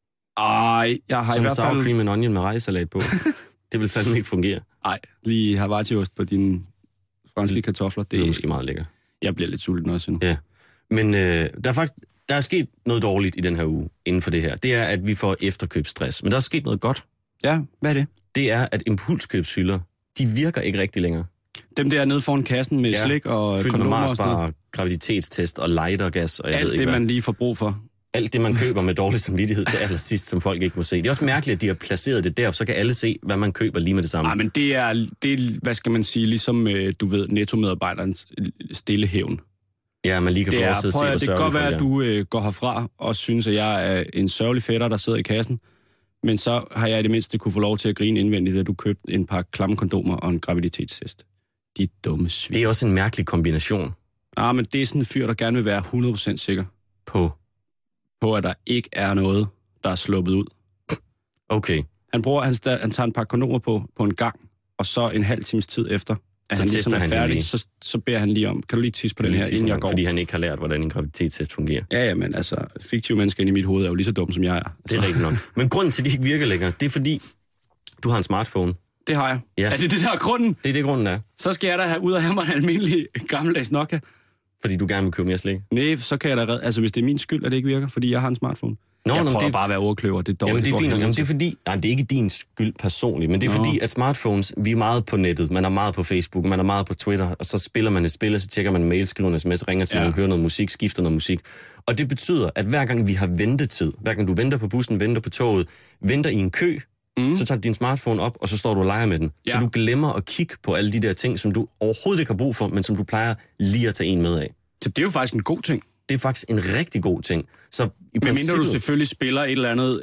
Ej, jeg har Som i hvert fald... sour cream and onion med rejsalat på. Det vil fandme ikke fungere. Nej, lige havartiost på dine franske kartofler. Det, det er måske meget lækker. Jeg bliver lidt sulten også nu. Ja, men øh, der er faktisk... Der er sket noget dårligt i den her uge inden for det her. Det er, at vi får efterkøbsstress. Men der er sket noget godt. Ja, hvad er det? Det er, at impulskøbshylder, de virker ikke rigtig længere. Dem der nede foran kassen med ja, slik og kondomer og sådan noget. Graviditetstest og lightergas og jeg alt ved ikke det, hvad. man lige får brug for. Alt det, man køber med dårlig samvittighed til allersidst, som folk ikke må se. Det er også mærkeligt, at de har placeret det der, så kan alle se, hvad man køber lige med det samme. Nej, men det er, det er, hvad skal man sige, ligesom, du ved, netto-medarbejderens stille hævn. Ja, man lige kan få lov til at se, hvor det kan godt være, at du øh, går herfra og synes, at jeg er en sørgelig fætter, der sidder i kassen. Men så har jeg i det mindste kunne få lov til at grine indvendigt, at du købte en par klamme kondomer og en graviditetstest. De dumme svin. Det er også en mærkelig kombination. Ah, men det er sådan en fyr, der gerne vil være hundrede procent sikker På? på, at der ikke er noget, der er sluppet ud. Okay. Han, bruger, han, han tager en par kondomer på, på en gang, og så en halv times tid efter, at Så han ligesom er tester han færdig, lige. så, så beder han lige om, kan du lige tisse på den her, Lige inden jeg går? Fordi han ikke har lært, hvordan en graviditetstest fungerer. Ja, ja, men altså, fiktive mennesker inde i mit hoved er jo lige så dumme, som jeg er. Det er rigtigt nok. Men grunden til, at det ikke virker længere, det er fordi, du har en smartphone. Det har jeg. Ja. Er det det der er grunden? Det er det, grunden er. Så skal jeg da have ud og have mig en almindelig gammeldags Nokia. Fordi du gerne vil købe mere slik. Nej, så kan jeg da redde. Altså, hvis det er min skyld, at det ikke virker, fordi jeg har en smartphone. Nå, jeg nå, prøver det... bare at være ordkløver. Det er dårligt. Jamen, det er går fint. hen Jamen, til. det er fordi... Nej, det er ikke din skyld personligt, men det er Nå. fordi, at smartphones, vi er meget på nettet. Man er meget på Facebook, man er meget på Twitter, og så spiller man et spil, og så tjekker man en mail, skriver en sms, ringer til Ja. nogen, hører noget musik, skifter noget musik. Og det betyder, at hver gang vi har ventetid, hver gang du venter på bussen, venter på toget, venter i en kø, mm. så tager du din smartphone op, og så står du og leger med den. Ja. Så du glemmer at kigge på alle de der ting, som du overhovedet ikke har brug for, men som du plejer lige at tage en med af. Så det er jo faktisk en god ting. Det er faktisk en rigtig god ting. Så i Men mindre du princippet- selvfølgelig spiller et eller andet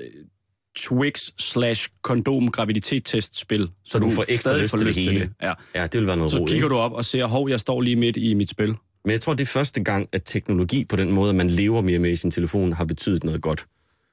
Twix slash kondom graviditetstest-spil. Så du får ekstra stadig lyst får til det hele. Ja. Ja, det vil være noget Så rod, kigger ikke? du op og ser, hov, jeg står lige midt i mit spil. Men jeg tror, det er første gang, at teknologi på den måde, at man lever mere med i sin telefon, har betydet noget godt.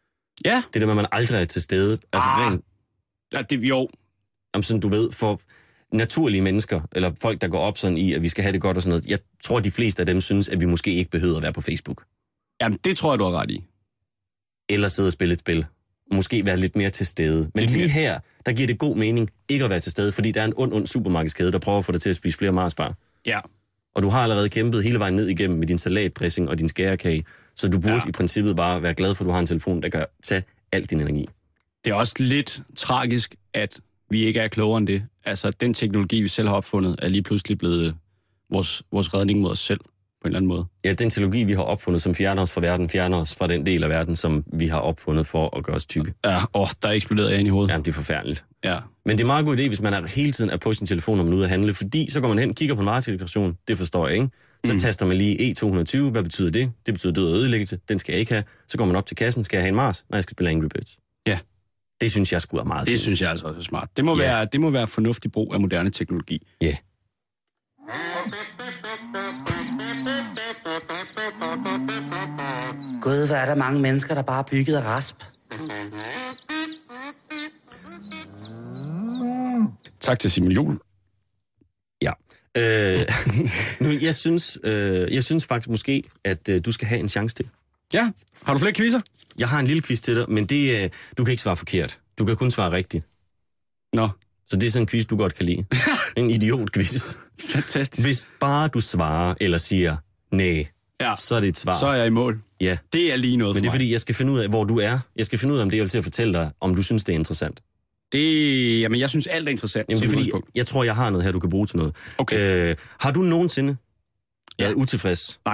Ja. Det der med, at man aldrig er til stede. Altså Ah. rent, Ja, det, jo. om sådan, du ved, for naturlige mennesker, eller folk, der går op sådan i, at vi skal have det godt og sådan noget. Jeg tror, de fleste af dem synes, at vi måske ikke behøver at være på Facebook. Jamen, det tror jeg, du har ret i. Eller sidde og spille et spil. Måske være lidt mere til stede. Men lige her, der giver det god mening ikke at være til stede, fordi der er en ond, ond supermarkedskæde, der prøver at få dig til at spise flere Marsbar. Ja. Og du har allerede kæmpet hele vejen ned igennem med din salatdressing og din skærekage, så du burde ja. i princippet bare være glad for, at du har en telefon, der kan tage al din energi. Det er også lidt tragisk, at vi ikke er klogere end det. Altså, den teknologi, vi selv har opfundet, er lige pludselig blevet vores, vores redning mod os selv, på en eller anden måde. Ja, den teknologi, vi har opfundet, som fjerner os fra verden, fjerner os fra den del af verden, som vi har opfundet for at gøre os tykke. Ja, åh, der er eksploderet jeg ind i hovedet. Jamen, det er forfærdeligt. Ja. Men det er en meget god idé, hvis man er hele tiden er på sin telefon, når man er ude at handle, fordi så går man hen, kigger på en varedeklaration, det forstår jeg ikke. Så mm. taster man lige E to hundrede og tyve, hvad betyder det? Det betyder død og ødelæggelse, den skal jeg ikke have. Så går man op til kassen, skal jeg have en Mars? Nej, jeg skal spille Angry Birds. Ja. Det synes jeg skulle er meget Det fint. synes jeg altså også er smart. Det må, Ja. være, det må være fornuftig brug af moderne teknologi. Ja. Yeah. Gud, hvor er der mange mennesker, der bare er bygget af rasp. Tak til Simon Juhl. Ja. Øh, nu, jeg, synes, øh, jeg synes faktisk måske, at øh, du skal have en chance til. Ja, har du flere quizzer? Jeg har en lille quiz til dig, men det, øh, du kan ikke svare forkert. Du kan kun svare rigtigt. Nå, Så det er sådan en quiz, du godt kan lide. En idiot-quiz. fantastisk. Hvis bare du svarer eller siger nej, Ja, så er det et svar. så er jeg i mål. Ja, Det er lige noget men det for er mig. fordi, jeg skal finde ud af, hvor du er. Jeg skal finde ud af, om det jeg vil til at fortælle dig, om du synes, det er interessant. Det, jamen, jeg synes, alt er interessant. Jamen, det er som fordi, udgangspunkt. jeg tror, jeg har noget her, du kan bruge til noget. Okay. Øh, har du nogensinde Ja. været utilfreds Nej.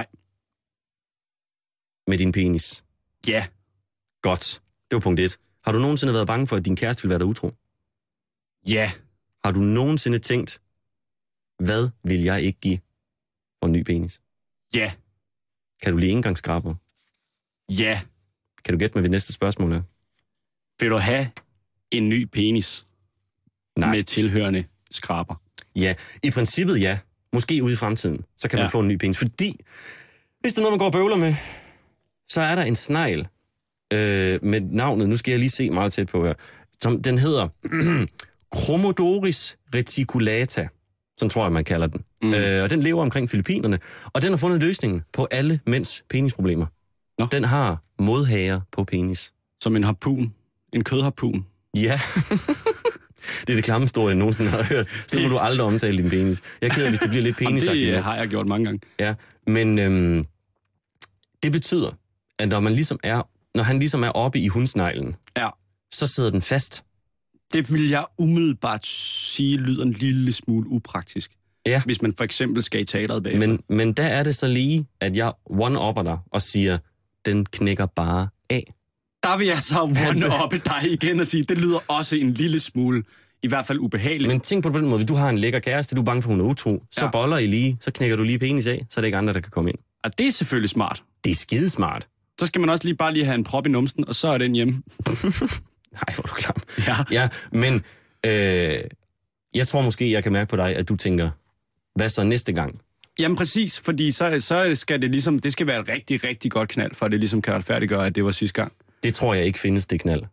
med din penis? Ja. Godt. Det var punkt et. Har du nogensinde været bange for, at din kæreste vil være der utro? Ja. Har du nogensinde tænkt, hvad vil jeg ikke give for en ny penis? Ja. Kan du lide engangsskraber? Ja. Kan du gætte mig, hvad næste spørgsmål er? Vil du have en ny penis? Nej. Med tilhørende skraber? Ja, i princippet ja. Måske ude i fremtiden, så kan man Ja. få en ny penis. Fordi, hvis det er noget, man går og bøvler med, så er der en snegl øh, med navnet, nu skal jeg lige se meget tæt på her, som den hedder Chromodoris reticulata. Sådan tror jeg, man kalder den. Mm. Øh, og den lever omkring Filippinerne. Og den har fundet løsningen på alle mænds penisproblemer. Nå. Den har modhager på penis. Som en harpun. En kødharpun. Ja. Det er det klamme historie, jeg nogensinde har hørt. Så må du aldrig omtale din penis. Jeg er ked af, hvis det bliver lidt Jamen, penisagtigt. det nu. øh, har jeg gjort mange gange. Ja, men øhm, det betyder, at når, man ligesom er, når han ligesom er oppe i hundsneglen, Ja. så sidder den fast. Det vil jeg umiddelbart sige lyder en lille smule upraktisk. Ja. Hvis man for eksempel skal i teateret bagefter. Men, men der er det så lige, at jeg one-upper dig og siger, den knækker bare af. Der vil jeg så one-uppe dig igen og sige, det lyder også en lille smule, i hvert fald ubehageligt. Men tænk på det på den måde, hvis du har en lækker kæreste, du er bange for, hun er utro, så Ja. boller I lige, så knækker du lige penis af, så er det ikke andre, der kan komme ind. Og det er selvfølgelig smart. Det er skidesmart. Så skal man også lige bare lige have en prop i numsen, og så er den hjemme. Nej, hvor er du klam. Ja. Ja, men øh, jeg tror måske, jeg kan mærke på dig, at du tænker, hvad så næste gang? Jamen præcis, fordi så, så skal det ligesom, det skal være et rigtig, rigtig godt knald, for at det ligesom kan retfærdiggøre, at det var sidste gang. Det tror jeg ikke findes, det knald.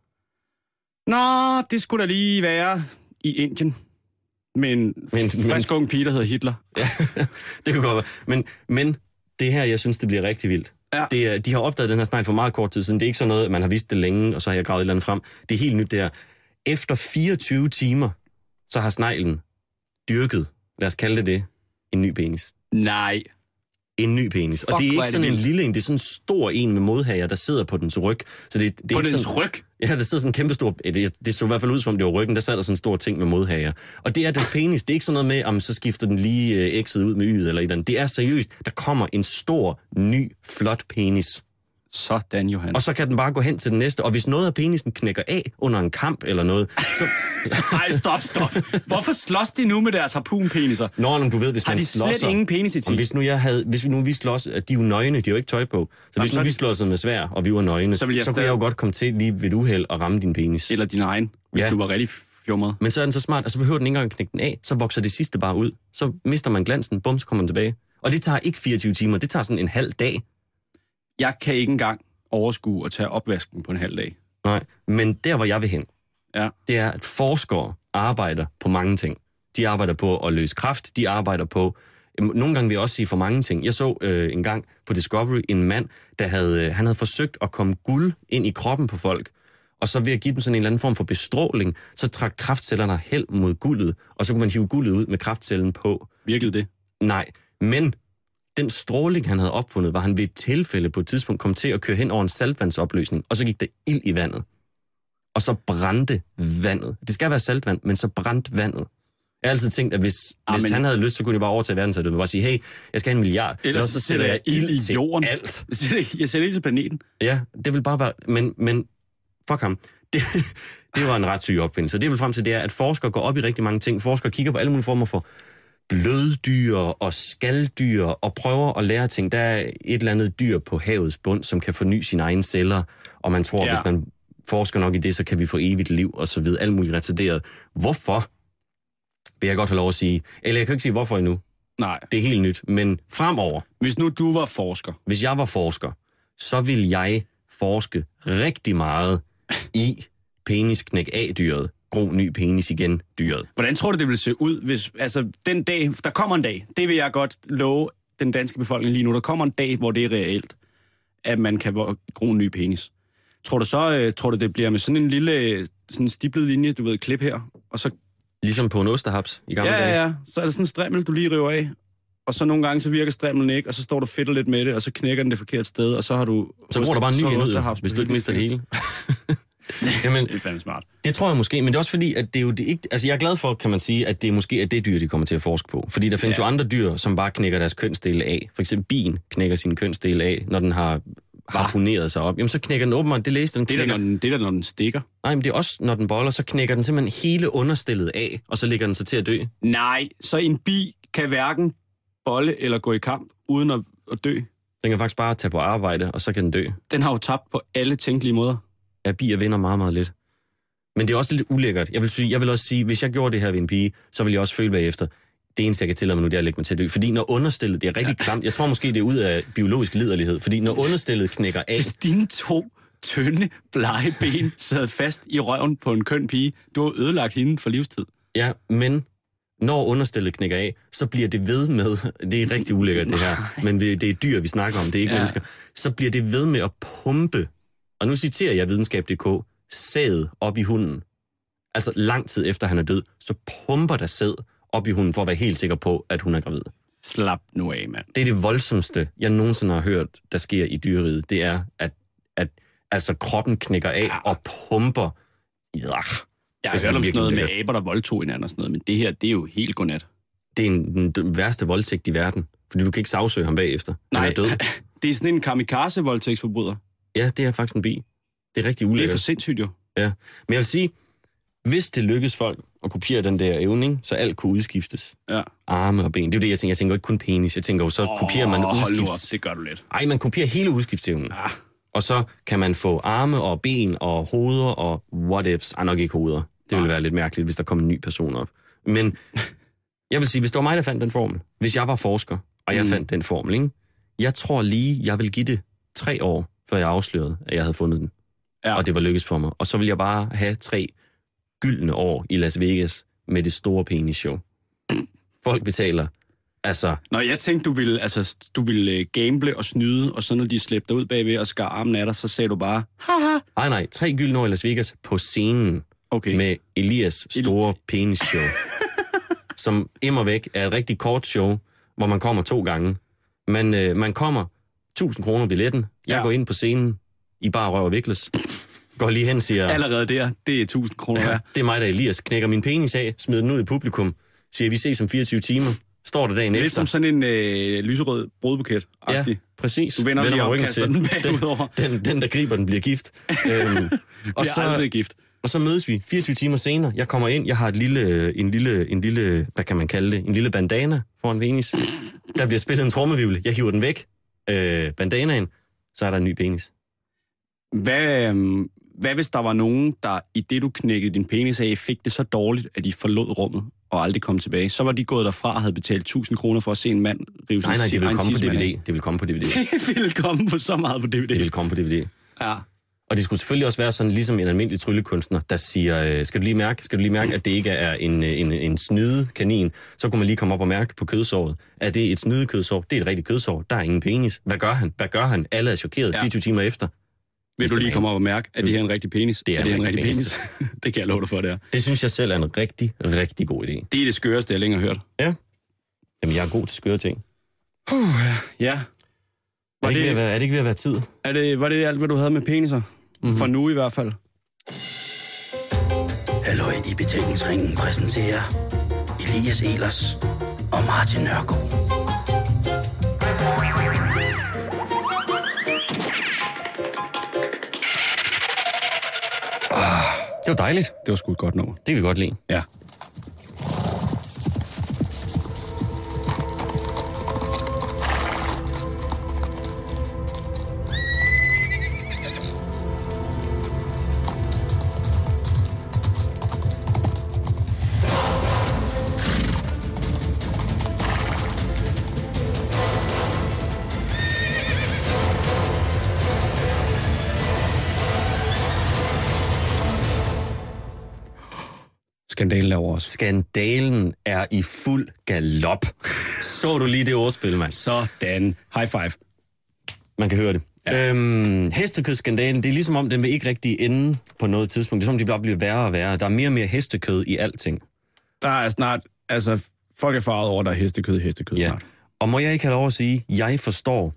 Nå, det skulle da lige være i Indien. Med en Men- frisk men- ung pige, der hedder Hitler. Ja, det kan godt være. Men, men det her, jeg synes, det bliver rigtig vildt. Ja. Det er, de har opdaget den her snegl for meget kort tid siden. Det er ikke sådan noget, at man har vidst det længe, og så har jeg gravet et eller andet frem. Det er helt nyt, det her. Efter fireogtyve timer, så har sneglen dyrket, lad os kalde det det, en ny penis. Nej. En ny penis. Fuck, og det er hvor ikke er det sådan en vildt. lille en, det er sådan en stor en med modhager, der sidder på dens ryg. Så det, det er På ikke dens sådan, ryg? Ja, der sidder sådan en kæmpe stor... Det, det så i hvert fald ud, som om det var ryggen. Der sad der sådan en stor ting med modhager. Og det er dens penis. Det er ikke sådan noget med, om så skifter den lige øh, X'et ud med Y'et eller et eller andet. Det er seriøst. Der kommer en stor, ny, flot penis. Sådan, Johan. Og så kan den bare gå hen til den næste. Og hvis noget af penisen knækker af under en kamp eller noget, så... Nej, stop, stop. Hvorfor slås de nu med deres harpunpeniser? Nå, men du ved, hvis Har man de slås... slet ingen penis i Om tid? hvis nu jeg havde, hvis vi nu vi slås, at de er jo nøgne, de har jo ikke tøj på. Så hvis så nu er vi det- slåsede med svær, og vi var nøgne, Så så, vil jeg så kunne stadig- jeg jo godt komme til lige ved et uheld og ramme din penis. Eller din egen, hvis Ja. du var rigtig fjumret. Men så er den så smart, og så behøver den ikke engang at knække den af, så vokser det sidste bare ud. Så mister man glansen, bum, så kommer den tilbage. Og det tager ikke fireogtyve timer, det tager sådan en halv dag. Jeg kan ikke engang overskue at tage opvasken på en halv dag. Nej, men der hvor jeg vil hen, Ja. det er, at forskere arbejder på mange ting. De arbejder på at løse kræft, de arbejder på... Nogle gange vil jeg også sige for mange ting. Jeg så øh, en gang på Discovery en mand, der havde, øh, han havde forsøgt at komme guld ind i kroppen på folk, og så ved at give dem sådan en eller anden form for bestråling, så trak kræftcellerne hen mod guldet, og så kunne man hive guldet ud med kræftcellen på. Virkelig det? Nej, men den stråling, han havde opfundet, var han ved et tilfælde på et tidspunkt kom til at køre hen over en saltvandsopløsning, og så gik der ild i vandet. Og så brændte vandet. Det skal være saltvand, men så brændte vandet. Jeg har altid tænkt, at hvis, Ah, hvis men- han havde lyst, så kunne de bare overtage verdensherredømmet og bare sige, hey, jeg skal have en milliard. Ellers så sætter jeg ild i til jorden. alt. Jeg sætter ild til planeten. Ja, det vil bare være... Men, men fuck ham. Det, det var en ret syg opfindelse. Det vil frem til, det er, at forskere går op i rigtig mange ting. Forskere kigger på alle mulige former for bløddyr og skalddyr og prøver at lære ting. Der er et eller andet dyr på havets bund, som kan forny sine egne celler, og man tror, Ja. ja. hvis man forsker nok i det, så kan vi få evigt liv og så videre. Alt muligt retarderet. Hvorfor? Vil jeg godt have lov at sige. Eller jeg kan ikke sige, hvorfor endnu. Nej. Det er helt nyt. Men fremover, Hvis nu du var forsker. hvis jeg var forsker, så vil jeg forske rigtig meget i penisknæk A-dyret. Gro ny penis igen dyret. Hvordan tror du, det ville se ud, hvis... Altså, den dag... Der kommer en dag. Det vil jeg godt love den danske befolkning lige nu. Der kommer en dag, hvor det er reelt, at man kan vo- gro en ny penis. Tror du så, øh, tror du, det bliver med sådan en lille øh, sådan stiplet linje, du ved, klip her, og så... Ligesom på en osterhaps i gamle Ja, dage. ja, ja. Så er der sådan en strimmel, du lige river af, og så nogle gange, så virker strimlen ikke, og så står du fedt lidt med det, og så knækker den det forkerte sted, og så har du... Så bruger der bare en ny så har du en ud, osterhaps hvis på du ikke mister det hele. Jamen, Det er fandme smart. det tror jeg måske, men det er også fordi, at det er jo det ikke... Altså, jeg er glad for, kan man sige, at det er måske er det dyr, de kommer til at forske på. Fordi der findes Ja. jo andre dyr, som bare knækker deres kønsdele af. For eksempel bien knækker sin kønsdele af, når den har harponeret sig op. Jamen, så knækker den åbenbart, det læste den Det er da, knækker... når den, det er da, når den stikker. Nej, men det er også, når den boller, så knækker den simpelthen hele understillet af, og så ligger den sig til at dø. Nej, så en bi kan hverken bolle eller gå i kamp, uden at, at dø. Den kan faktisk bare tage på arbejde, og så kan den dø. Den har jo tabt på alle tænkelige måder. Ja, bier vinder meget, meget lidt. Men det er også lidt ulækkert. Jeg vil, sige, jeg vil også sige, hvis jeg gjorde det her ved en pige, så ville jeg også føle bagefter, det eneste, jeg kan tillade mig nu, det er at lægge mig til at dø. Fordi når understillet, det er rigtig ja. klamt. Jeg tror måske, det er ud af biologisk liderlighed. Fordi når understillet knækker af... Hvis dine to tynde, blege ben sad fast i røven på en køn pige, du har ødelagt hende for livstid. Ja, men når understillet knækker af, så bliver det ved med... Det er rigtig ulækkert, det her. Men det er dyr, vi snakker om, det er ikke ja. mennesker. Så bliver det ved med at pumpe, og nu citerer jeg videnskab punktum d k, sæd op i hunden. Altså lang tid efter han er død, så pumper der sæd op i hunden, for at være helt sikker på, at hun er gravid. Slap nu af, mand. Det er det voldsomste, jeg nogensinde har hørt, der sker i dyreriget. Det er, at, at altså, kroppen knækker af ja. og pumper. Ja, Jeg har det er hørt om sådan virkelig noget med lækkert. aber, der voldtog hinanden og sådan noget, men det her, det er jo helt godnat. Det er en, den, den værste voldtægt i verden, fordi du kan ikke sagsøge ham bagefter. Han er død. Det er sådan en kamikaze-voldtægtsforbryder. Ja, det er faktisk en bi. Det er rigtig Det er ulækkert. for sindssygt jo. Ja. Men jeg vil sige, hvis det lykkes folk at kopiere den der evning, så alt kunne udskiftes. Ja. Arme og ben. Det er jo det, jeg tænker. Jeg tænker ikke kun penis. Jeg tænker jo, så oh, kopierer man hold nu op, udskifts... det gør du lidt. Ej, man kopierer hele udskiftsevnen. Ah. Og så kan man få arme og ben og hoveder og what ifs. Ej, nok ikke hoveder. Det ville være lidt mærkeligt, hvis der kom en ny person op. Men jeg vil sige, hvis det var mig, der fandt den formel, hvis jeg var forsker, og jeg mm. fandt den formel, ikke? Jeg tror lige, jeg vil give det tre år, før jeg afslørede, at jeg havde fundet den. Ja. Og det var lykkes for mig. Og så vil jeg bare have tre gyldne år i Las Vegas med det store penis-show. Folk betaler, altså... Nå, jeg tænkte, du ville, altså, du ville gamble og snyde, og så når de slæbte dig ud bagved og skar armen af dig, så sagde du bare, haha. Nej, nej, tre gyldne år i Las Vegas på scenen okay. med Elias store penis-show. Som immer væk er et rigtig kort show, hvor man kommer to gange. Man, øh, man kommer tusind kroner billetten. Jeg ja. går ind på scenen i bare røv og vikles. Går lige hen og siger... Allerede der, det er tusind kroner ja, det er mig, der Elias. Knækker min penis af, smider den ud i publikum. Siger, vi ses om fireogtyve timer. Står der dagen lidt efter. Lidt som sådan en øh, lyserød brødbuket. Ja, præcis. Du vender, vender lige og kaster den bagudover. Den, den, den, der griber den, bliver gift. øhm, og så, aldrig gift. Og så mødes vi fireogtyve timer senere. Jeg kommer ind, jeg har et lille, en lille, en lille, hvad kan man kalde det? En lille bandana foran penis. Der bliver spillet en trommevivle. Jeg hiver den væk. Øh, bandanaen. Så er der en ny penis. Hvad, øh, hvad hvis der var nogen, der i det, du knækkede din penis af, fik det så dårligt, at de forlod rummet og aldrig kom tilbage? Så var de gået derfra og havde betalt tusind kroner for at se en mand rive sig. Nej, nej, det ville komme på D V D. Det ville komme på D V D. Det ville komme på så meget på D V D. Det ville komme på D V D. Ja. Og det skulle selvfølgelig også være sådan, ligesom en almindelig tryllekunstner, der siger, skal du lige mærke, skal du lige mærke, at det ikke er en, en, en snyde kanin, så kunne man lige komme op og mærke på kødsåret. Er det et snyde kødsår? Det er et rigtigt kødsår. Der er ingen penis. Hvad gør han? Hvad gør han? Alle er chokeret ja. fireogtyve timer efter. Vil du lige komme op og mærke, at det her er en rigtig penis? Det er, er det en rigtig penis. penis? Det kan jeg love dig for, det er. Det synes jeg selv er en rigtig, rigtig god idé. Det er det skøreste, jeg længere har hørt. Ja. Jamen, jeg er god til skøre ting. Uh, ja. Er det, det, være, er det ikke ved at være tid? Er det, var det alt, hvad du havde med peniser? Mm-hmm. For nu i hvert fald. Halløj i betalingsringen præsenterer Elias Elers og Martin Nørgaard. Det var dejligt. Det var sgu et godt nummer. Det kan vi godt lide. Ja. Skandalen er over os. Skandalen er i fuld galop. Så du lige det ordspil, mand? Sådan. High five. Man kan høre det. Ja. Øhm, hestekødskandalen, det er ligesom om, den vil ikke rigtig ende på noget tidspunkt. Det er som, de bare bliver værre og værre. Der er mere og mere hestekød i alting. Der er snart, altså, folk er farvet over, der er hestekød i hestekød ja. snart. Og må jeg ikke have lov at sige, jeg forstår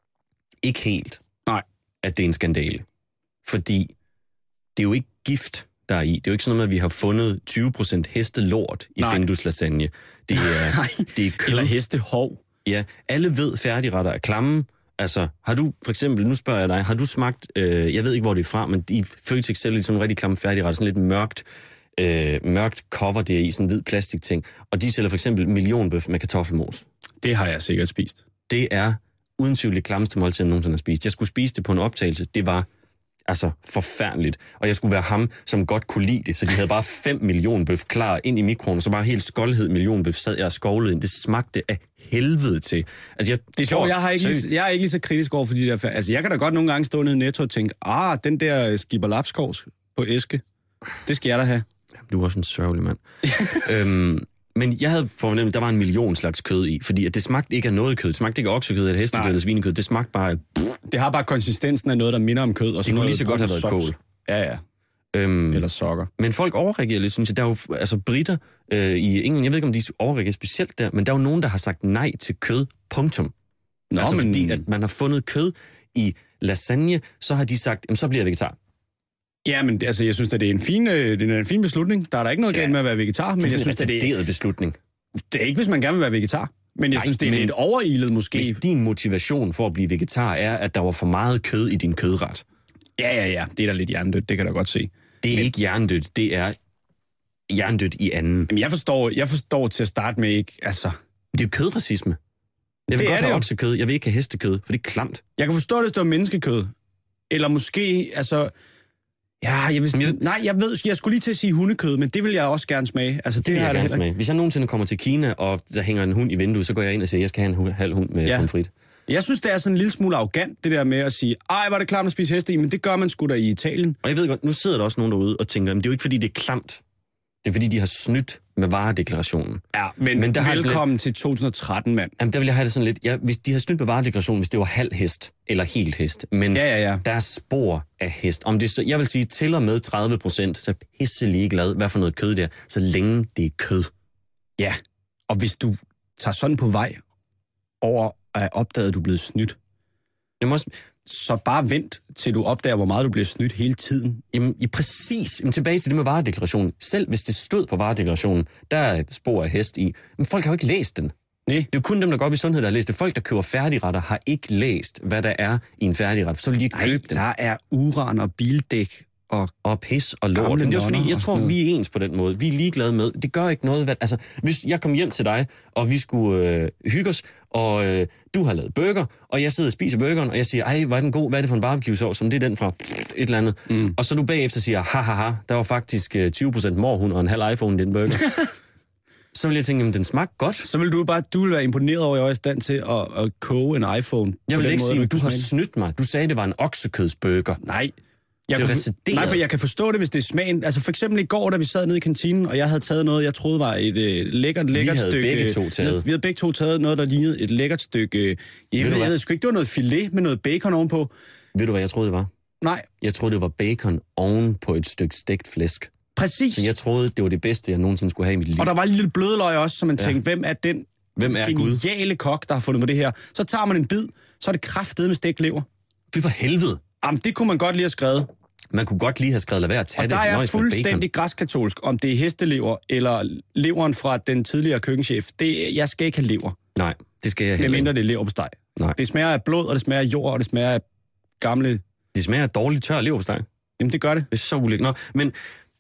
ikke helt, Nej. at det er en skandale. Fordi det er jo ikke gift, der er i. Det er jo ikke sådan noget, at vi har fundet tyve procent hestelort i Findus lasagne. Det er, det er kød. Eller hestehov. Ja, alle ved, færdigretter er klamme. Altså, har du for eksempel, nu spørger jeg dig, har du smagt, øh, jeg ved ikke, hvor det er fra, men de Føtex sælger sådan en rigtig klamme færdigretter, sådan lidt mørkt, øh, mørkt cover der i, sådan en hvid plastikting. Og de sælger for eksempel millionbøf med kartoffelmos. Det har jeg sikkert spist. Det er uden tvivl det klammeste måltid, jeg nogensinde har spist. Jeg skulle spise det på en optagelse. Det var altså forfærdeligt. Og jeg skulle være ham, som godt kunne lide det. Så de havde bare fem millionbøf klar ind i mikroen, og så bare helt skoldhed millionbøf sad jeg og skovlede ind. Det smagte af helvede til. Altså, jeg det er sjovt, jeg, har ikke lige, jeg er ikke lige så kritisk over for de der... Altså, jeg kan da godt nogle gange stå nede i Netto og tænke, ah, den der Skipper Lapskovs på æske, det skal jeg da have. Du er også en sørgelig mand. øhm, men jeg havde fornemt, der var en million slags kød i, fordi at det smagte ikke af noget kød. Det smagte ikke af oksekød, eller hestekød, eller svinekød. Det smagte bare af... Det har bare konsistensen af noget, der minder om kød. Og det kunne lige så godt have været socks. kål. Ja, ja. Øhm, eller sokker. Men folk overreagerer lidt, synes jeg. Der er jo altså britter øh, i England, jeg ved ikke, om de overreagerer specielt der, men der er jo nogen, der har sagt nej til kød. Punktum. Nå, altså men... fordi, at man har fundet kød i lasagne, så har de sagt, jamen, så bliver jeg vegetar. Ja, men altså, jeg synes, at det er en fin, det er en fin beslutning. Der er der ikke noget ja. galt med at være vegetar, men jeg synes, det er en beslutning. Det er ikke, hvis man gerne vil være vegetar. Men jeg Nej, synes, det er lidt overilet måske. Hvis din motivation for at blive vegetar er, at der var for meget kød i din kødret. Ja, ja, ja. Det er da lidt hjernedødt, det kan jeg da godt se. Det er men... ikke hjernedødt, det er hjernedødt i anden. Jamen, jeg forstår, jeg forstår til at starte med ikke, altså... Det er jo kødracisme. Jeg vil det godt have oksekød, jeg vil ikke have hestekød, for det er klamt. Jeg kan forstå, at det står menneskekød. Eller måske, altså... Ja, jeg vil, jeg, nej, jeg ved, jeg skulle lige til at sige hundekød, men det vil jeg også gerne smage. Altså, det, det vil jeg, jeg jeg gerne smage. Hvis jeg nogensinde kommer til Kina, og der hænger en hund i vinduet, så går jeg ind og siger, at jeg skal have en hund, halv hund med ja. pomfrit. Jeg synes, det er sådan en lille smule arrogant, det der med at sige, ej, var det klamt at spise heste i, men det gør man sgu da i Italien. Og jeg ved godt, nu sidder der også nogen derude og tænker, men det er jo ikke, fordi det er klamt. Det er, fordi de har snydt med varedeklarationen. Ja, men, men der velkommen lidt... til to tusind og tretten, mand. Jamen, der vil jeg have det sådan lidt... Ja, hvis de har snydt med varedeklarationen, hvis det var halv hest, eller helt hest. Men ja, ja, ja. der er spor af hest. Om det så, jeg vil sige, til og med tredive procent, så er pisselig glad, hvad for noget kød det er, så længe det er kød. Ja, og hvis du tager sådan på vej over at opdage, at du er blevet snydt, Jamen også... så bare vent, til du opdager, hvor meget du bliver snydt hele tiden. Jamen, ja, præcis. Jamen, tilbage til det med varedeklarationen. Selv hvis det stod på varedeklarationen, der er spor af hest i. Men folk har jo ikke læst den. Nej. Det er jo kun dem, der går op i sundhed, der har læst det. Folk, der køber færdigretter, har ikke læst, hvad der er i en færdigret. Så vil de ikke købe den. Der er uran og bildæk og, og pis og lort. Men det er fordi, jeg tror, vi er ens på den måde. Vi er ligeglade med. Det gør ikke noget. Hvad, altså, hvis jeg kom hjem til dig, og vi skulle øh, hygge os, og øh, du har lavet burger, og jeg sidder og spiser burgeren, og jeg siger, ej, hvor er den god? Hvad er det for en barbecue-sovs? Som det er den fra et eller andet. Mm. Og så du bagefter siger, ha, ha, ha, der var faktisk øh, tyve procent morhund og en halv iPhone i den burger. Så vil jeg tænke, at den smagte godt. Så vil du bare, du vil være imponeret over, at jeg er i stand til at, at koge en iPhone. Jeg vil ikke måde, sige, at du har snydt mig. Du sagde, det var en oksekødsburger. Nej. Jeg det kan, nej, for jeg kan forstå det, hvis det er smagen. Altså for eksempel i går, da vi sad nede i kantinen, og jeg havde taget noget, jeg troede var et øh, lækkert, lækkert stykke... Vi havde begge to taget. Vi havde begge to taget noget, der lignede et lækkert stykke... Øh, jeg ved, jeg ved sgu ikke, det var noget filet med noget bacon ovenpå. Ved du, hvad jeg troede, det var? Nej. Jeg troede, det var bacon oven på et stykke stegt flæsk. Præcis. Så jeg troede, det var det bedste, jeg nogensinde skulle have i mit liv. Og der var en lille blødløg også, så man ja. tænkte, hvem er den hvem er geniale Gud? kok, der har fundet på det her? Så tager man en bid, så er det kraftedeme med stegt lever. Fy for helvede. Jamen, det kunne man godt lige have skrevet. Man kunne godt lige have skrevet, lad være at tage og det. Og der er jeg fuldstændig græskatolsk, om det er hestelever eller leveren fra den tidligere køkkenchef. Det, jeg skal ikke have lever. Nej, det skal jeg heller ikke. Medmindre det er leverpostej. Nej. Det smager af blod, og det smager af jord, og det smager af gamle... Det smager af dårlig tør leverpostej. Jamen, det gør det. Det er så ulækkert. Nå, men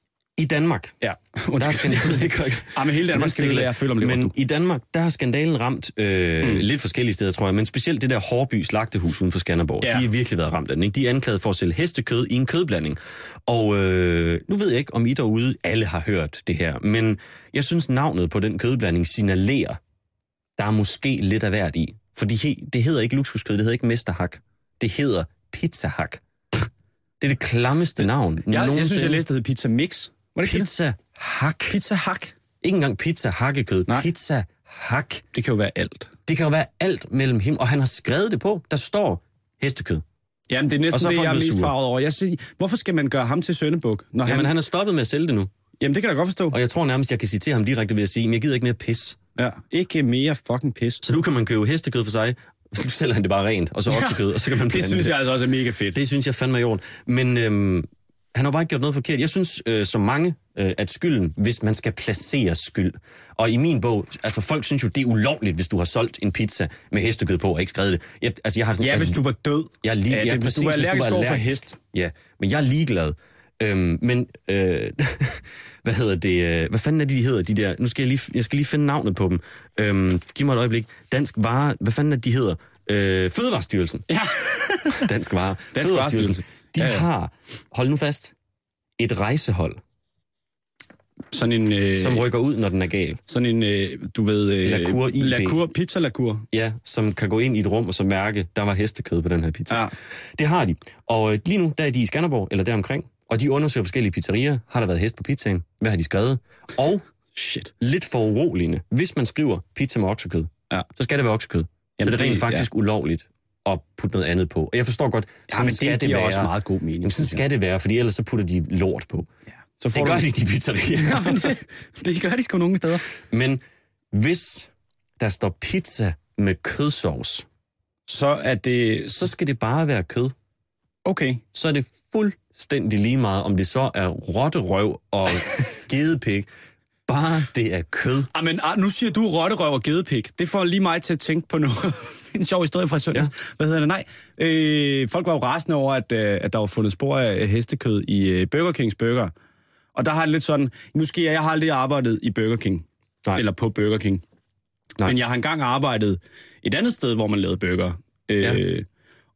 i Danmark... Ja, der skal det gør ikke. Ja, men hele Danmark skal jeg føle om lever. Men i Danmark, der har skandalen ramt øh, mm. lidt forskellige steder, tror jeg. Men specielt det der Hårby Slagtehus uden for Skanderborg. Ja. De har virkelig været ramt af den, ikke? De er anklaget for at sælge hestekød i en kødblanding. Og øh, nu ved jeg ikke, om I derude alle har hørt det her. Men jeg synes, navnet på den kødblanding signalerer, der er måske lidt af værd i. For det hedder ikke luksuskød, det hedder ikke mesterhak. Det hedder pizzahak. Det er det klammeste navn. Ja, jeg synes, jeg læste, det hed pizza mix. Pizza hak. Pizza hak. Ikke engang pizza hakkekød. Nej. Pizza hak. Det kan jo være alt. Det kan jo være alt mellem him. Og han har skrevet det på. Der står hestekød. Jamen, det er næsten det, jeg er mest farvet over. Jeg siger, hvorfor skal man gøre ham til søndebuk? Når Jamen, han... han er stoppet med at sælge det nu. Jamen, det kan jeg godt forstå. Og jeg tror nærmest, jeg kan citere ham direkte ved at sige, men jeg gider ikke mere pis. Ja, ikke mere fucking pis. Så nu kan man købe hestekød for sig. Nu sælger han det bare rent, og så oksekød, og så kan man det synes jeg altså også er mega fedt. Det synes jeg fandme er i orden. Men øhm, han har bare ikke gjort noget forkert. Jeg synes, øh, som mange, øh, at skylden, hvis man skal placere skyld. Og i min bog, altså folk synes jo, det er ulovligt, hvis du har solgt en pizza med hestekød på og ikke skrevet det. Jeg, altså, jeg har sådan, ja, altså, hvis du var død. Jeg er lige, ja, det, ja, hvis præcis, du var allergisk over for hest. Ja, men jeg er ligeglad. Øhm, men, øh, hvad hedder det? Hvad fanden er de, de hedder, de der? Nu skal jeg lige, jeg skal lige finde navnet på dem. Øhm, giv mig et øjeblik. Dansk Vare, hvad fanden er de hedder? Øh, Fødevarestyrelsen. Ja. Dansk Vare. Dansk Fødevarestyrelsen. De ja, ja. har, hold nu fast, et rejsehold. Sådan en... Øh, som rykker ud, når den er gal. Sådan en, øh, du ved... Øh, lakur I P. Lakur, pizza lakur. Ja, som kan gå ind i et rum og så mærke, der var hestekød på den her pizza. Ja. Det har de. Og øh, lige nu, der er de i Skanderborg, eller deromkring, og de undersøger forskellige pizzerier. Har der været hest på pizzaen? Hvad har de skrevet? Og, shit, lidt for uroligende. Hvis man skriver pizza med oksekød, ja. så skal det være oksekød. Jamen, så det er rent faktisk ja. ulovligt at putte noget andet på. Og jeg forstår godt, ja, men det skal det være. Også meget god mening. Jamen, sådan skal det være, fordi ellers så putter de lort på. Ja. Så det gør du... de, de pizzerier. Ja, det, det gør de sgu nogle steder. Men hvis der står pizza med kødsovs, så er det... Så skal det bare være kød. Okay. Så er det fuldstændig lige meget, om det så er rotterøv og gedepik. Bare det er kød. Ah, men ah, nu siger du rotterøv og gedepik. Det får lige mig til at tænke på noget. En sjov historie fra søndags. Ja. Hvad hedder det? Nej. Øh, folk var jo rasende over, at, at der var fundet spor af hestekød i Burger Kings burger. Og der har det lidt sådan, nu skal jeg, jeg har aldrig arbejdet i Burger King. Nej. Eller på Burger King. Nej. Men jeg har engang arbejdet et andet sted, hvor man lavede burger. Øh, ja. Og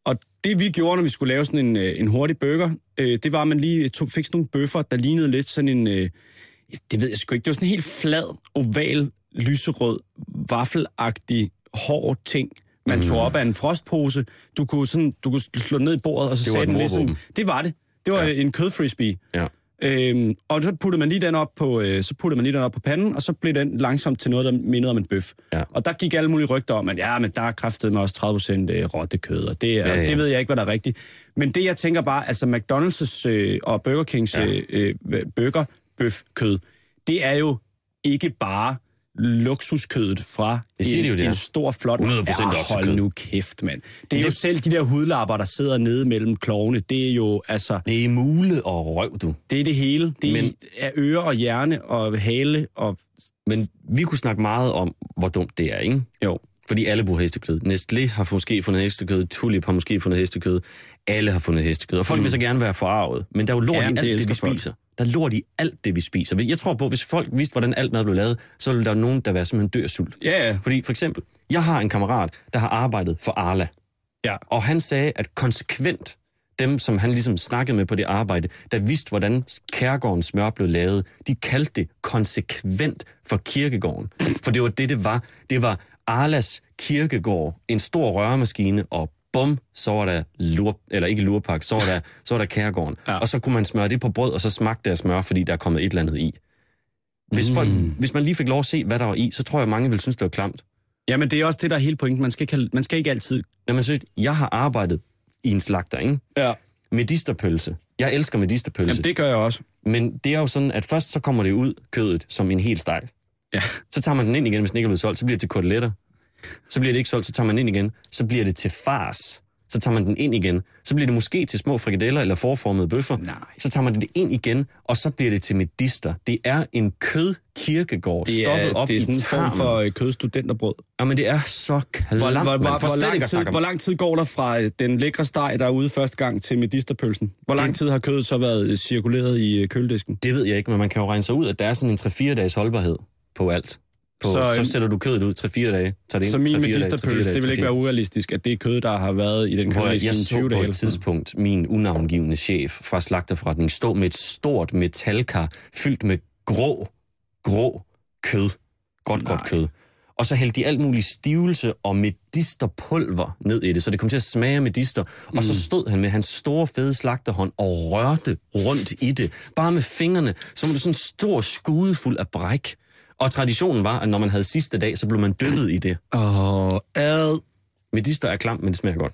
Det vi gjorde, når vi skulle lave sådan en, en hurtig burger, øh, det var, at man lige tog, fik sådan nogle bøffer, der lignede lidt sådan en... Øh, det ved jeg sgu ikke. Det var sådan en helt flad, oval, lyserød, vaffelagtig, hård ting, man tog op af en frostpose. Du kunne, sådan, du kunne slå ned i bordet, og så sagde den ligesom... Det var det. Det var ja. en kødfrisbee. Ja. Øhm, og så puttede man lige den op på, øh, så puttede man lige den op på panden, og så blev den langsomt til noget, der mindede om en bøf. Ja. Og der gik alle mulige rygter om, at ja, men der er kraftedeme også tredive procent rottekød, og det, er, ja, ja. det ved jeg ikke, hvad der er rigtigt. Men det, jeg tænker bare, altså McDonald's øh, og Burger Kings ja. øh, burger bøfkød, det er jo ikke bare luksuskødet fra en, det jo, det en stor, flot... hundrede procent ja, hold nu kæft, mand. Det er det... jo selv de der hudlapper, der sidder nede mellem klovene. Det er jo, altså... Det er mule og røv, du. Det er det hele. Det men... er øre og hjerne og hale og... Men vi kunne snakke meget om, hvor dumt det er, ikke? Jo. Fordi alle bruger hestekød. Nestlé har måske fundet hestekød, Tulip har måske fundet hestekød. Alle har fundet hestekød. Og folk mm. vil så gerne være forarvet. Men der er jo lort ja, i alt det, det vi folk. spiser. Der er lort i alt det, vi spiser. Jeg tror på, hvis folk vidste, hvordan alt mad blev lavet, så ville der nogen, der være simpelthen dør sult. Ja, ja. Fordi for eksempel, jeg har en kammerat, der har arbejdet for Arla. Ja. Og han sagde, at konsekvent dem, som han ligesom snakkede med på det arbejde, der vidste, hvordan Kærgårdens smør blev lavet, de kaldte det konsekvent for Kirkegården. For det var det, det var. Det var Arlas kirkegård, en stor røremaskine, og bum, så var der lur, eller ikke lurpak, så var der, så var der Kærgården. Ja. Og så kunne man smøre det på brød, og så smagte det af smør, fordi der er kommet et eller andet i. Hvis, folk, mm. hvis man lige fik lov at se, hvad der var i, så tror jeg, mange ville synes, det var klamt. Jamen, det er også det, der er hele pointen. Man skal ikke, man skal ikke altid... Jamen, så, jeg har arbejdet i en slagter, ikke? Ja. Medisterpølse. Jeg elsker medisterpølse. Jamen, det gør jeg også. Men det er jo sådan, at først så kommer det ud, kødet, som en hel steg. Ja. Så tager man den ind igen, hvis den ikke er blevet solgt, så bliver det til koteletter. Så bliver det ikke solgt, så tager man den ind igen. Så bliver det til fars. Så tager man den ind igen. Så bliver det måske til små frikadeller eller forformede bøffer. Nej. Så tager man det ind igen, og så bliver det til medister. Det er en kødkirkegård, det er, stoppet op det er sådan i en form for kødstudenterbrød. Jamen, det er så klamt. Hvor, hvor, hvor, hvor, lang tid, hvor lang tid går der fra den lækre steg, der er ude første gang, til medisterpølsen? Hvor lang det, tid har kødet så været cirkuleret i køledisken? Det ved jeg ikke, men man kan jo regne sig ud, at der er sådan en tre fire dages holdbarhed på alt. På, så, så sætter du kødet ud tre fire dage. Tager det ind, så min medisterpølse, det vil ikke være urealistisk, at det er kød, der har været i den køddisk i tyve dage. Jeg så på et tidspunkt min unavngivende chef fra slagterforretningen stå med et stort metalkar fyldt med grå, grå kød. Godt, godt kød. Og så hældte de alt muligt stivelse og medisterpulver ned i det, så det kom til at smage medister. Mm. Og så stod han med hans store, fede slagterhånd og rørte rundt i det. Bare med fingrene, så var det sådan en stor skude fuld af bræk. Og traditionen var, at når man havde sidste dag, så blev man dyppet i det. Åh, oh, ad. Medister er klamt, men det smager godt.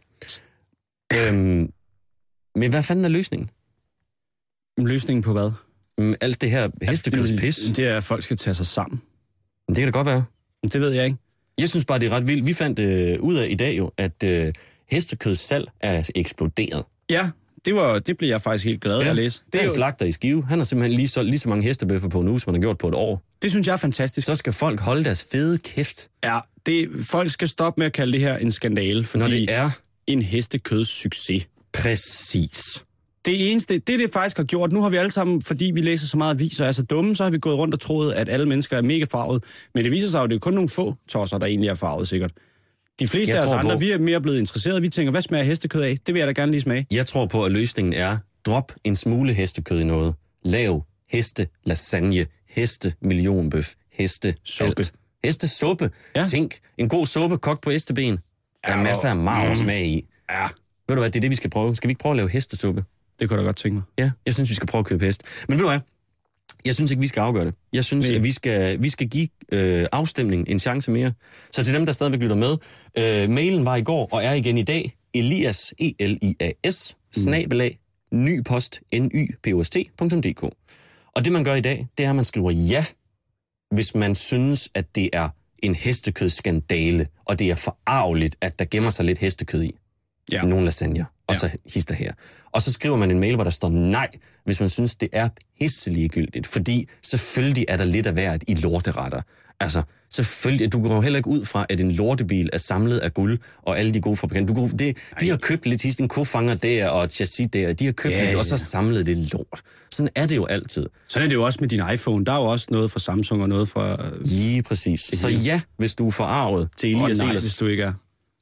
øhm, men hvad fanden er løsningen? Løsningen på hvad? Alt det her hestekødspis. Det, det er, at folk skal tage sig sammen. Det kan da godt være. Det ved jeg ikke. Jeg synes bare, det er ret vildt. Vi fandt øh, ud af i dag jo, at øh, hestekødssalg er eksploderet. Ja, det, var, det blev jeg faktisk helt glad ja, at læse. Det er en slagter i Skive. Han har simpelthen lige solgt lige så mange hestebøffer på en uge, som han har gjort på et år. Det synes jeg er fantastisk. Så skal folk holde deres fede kæft. Ja, det, folk skal stoppe med at kalde det her en skandale, fordi når det er en hestekøds succes. Præcis. Det eneste, det det faktisk har gjort, nu har vi alle sammen, fordi vi læser så meget aviser og er så dumme, så har vi gået rundt og troet, at alle mennesker er mega farvet. Men det viser sig jo, at det er kun nogle få tosser, der egentlig er farvet sikkert. De fleste af os andre, på, vi er mere blevet interesseret. Vi tænker, hvad smager hestekød af? Det vil jeg da gerne lige smage. Jeg tror på, at løsningen er, drop en smule hestekød i noget. Lav heste lasagne, heste millionbøf, heste suppe. Heste suppe. Ja. Tænk, en god suppe kogt på hesteben. Der er ja, masser af marv og smag i. Ja. Ved du hvad, det er det, vi skal prøve. Skal vi ikke prøve at lave hestesuppe? Det kunne jeg da godt tænke mig. Ja, jeg synes, vi skal prøve at købe hest. Men ved du hvad? Jeg synes ikke, vi skal afgøre det. Jeg synes, Nej. at vi skal, vi skal give øh, afstemningen en chance mere. Så til dem, der stadigvæk lytter med, øh, mailen var i går og er igen i dag. Elias, E L I A S, mm. snabelag, nypost, N Y P O S T punktum D K. Og det, man gør i dag, det er, at man skriver ja, hvis man synes, at det er en hestekødsskandale, og det er forarveligt, at der gemmer sig lidt hestekød i. Ja. Nogle lasagne, og ja. så hister her. Og så skriver man en mail, hvor der står nej, hvis man synes, det er pisseligegyldigt. Fordi selvfølgelig er der lidt af hvert i lorteretter. Altså, selvfølgelig, du går jo heller ikke ud fra, at en lortebil er samlet af guld, og alle de gode fabrikanter. Du går, det, de har købt lidt hist, en kofanger der, og et chassis der, de har købt ja, lidt, og så samlet det lort. Sådan er det jo altid. Sådan er det jo også med din iPhone. Der er jo også noget fra Samsung og noget fra... Ja, præcis. Så ja, hvis du er forarvet til Elias oh, nej, Elers. hvis du ikke er.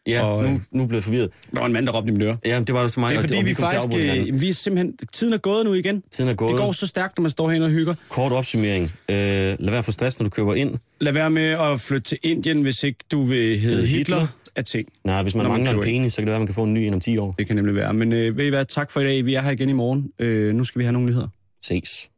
Ja, og, nu, nu blev jeg forvirret. Der var en mand, der råbte i min øre. Ja, det var det for mig. Det er fordi, og, og vi, vi kom til at faktisk... afbryde hinanden. Øh, vi er simpelthen... Tiden er gået nu igen. Tiden er gået. Det går så stærkt, når man står herinde og hygger. Kort opsummering. Øh, lad være for stress, når du køber ind. Lad være med at flytte til Indien, hvis ikke du vil hedde Hitler, Hitler af ting. Nej, hvis man Når man mangler en køber ind. penis, så kan det være, man kan få en ny ind om ti år. Det kan nemlig være. Men øh, ved I hvad? Tak for i dag. Vi er her igen i morgen. Øh, nu skal vi have nogle nyheder. Ses.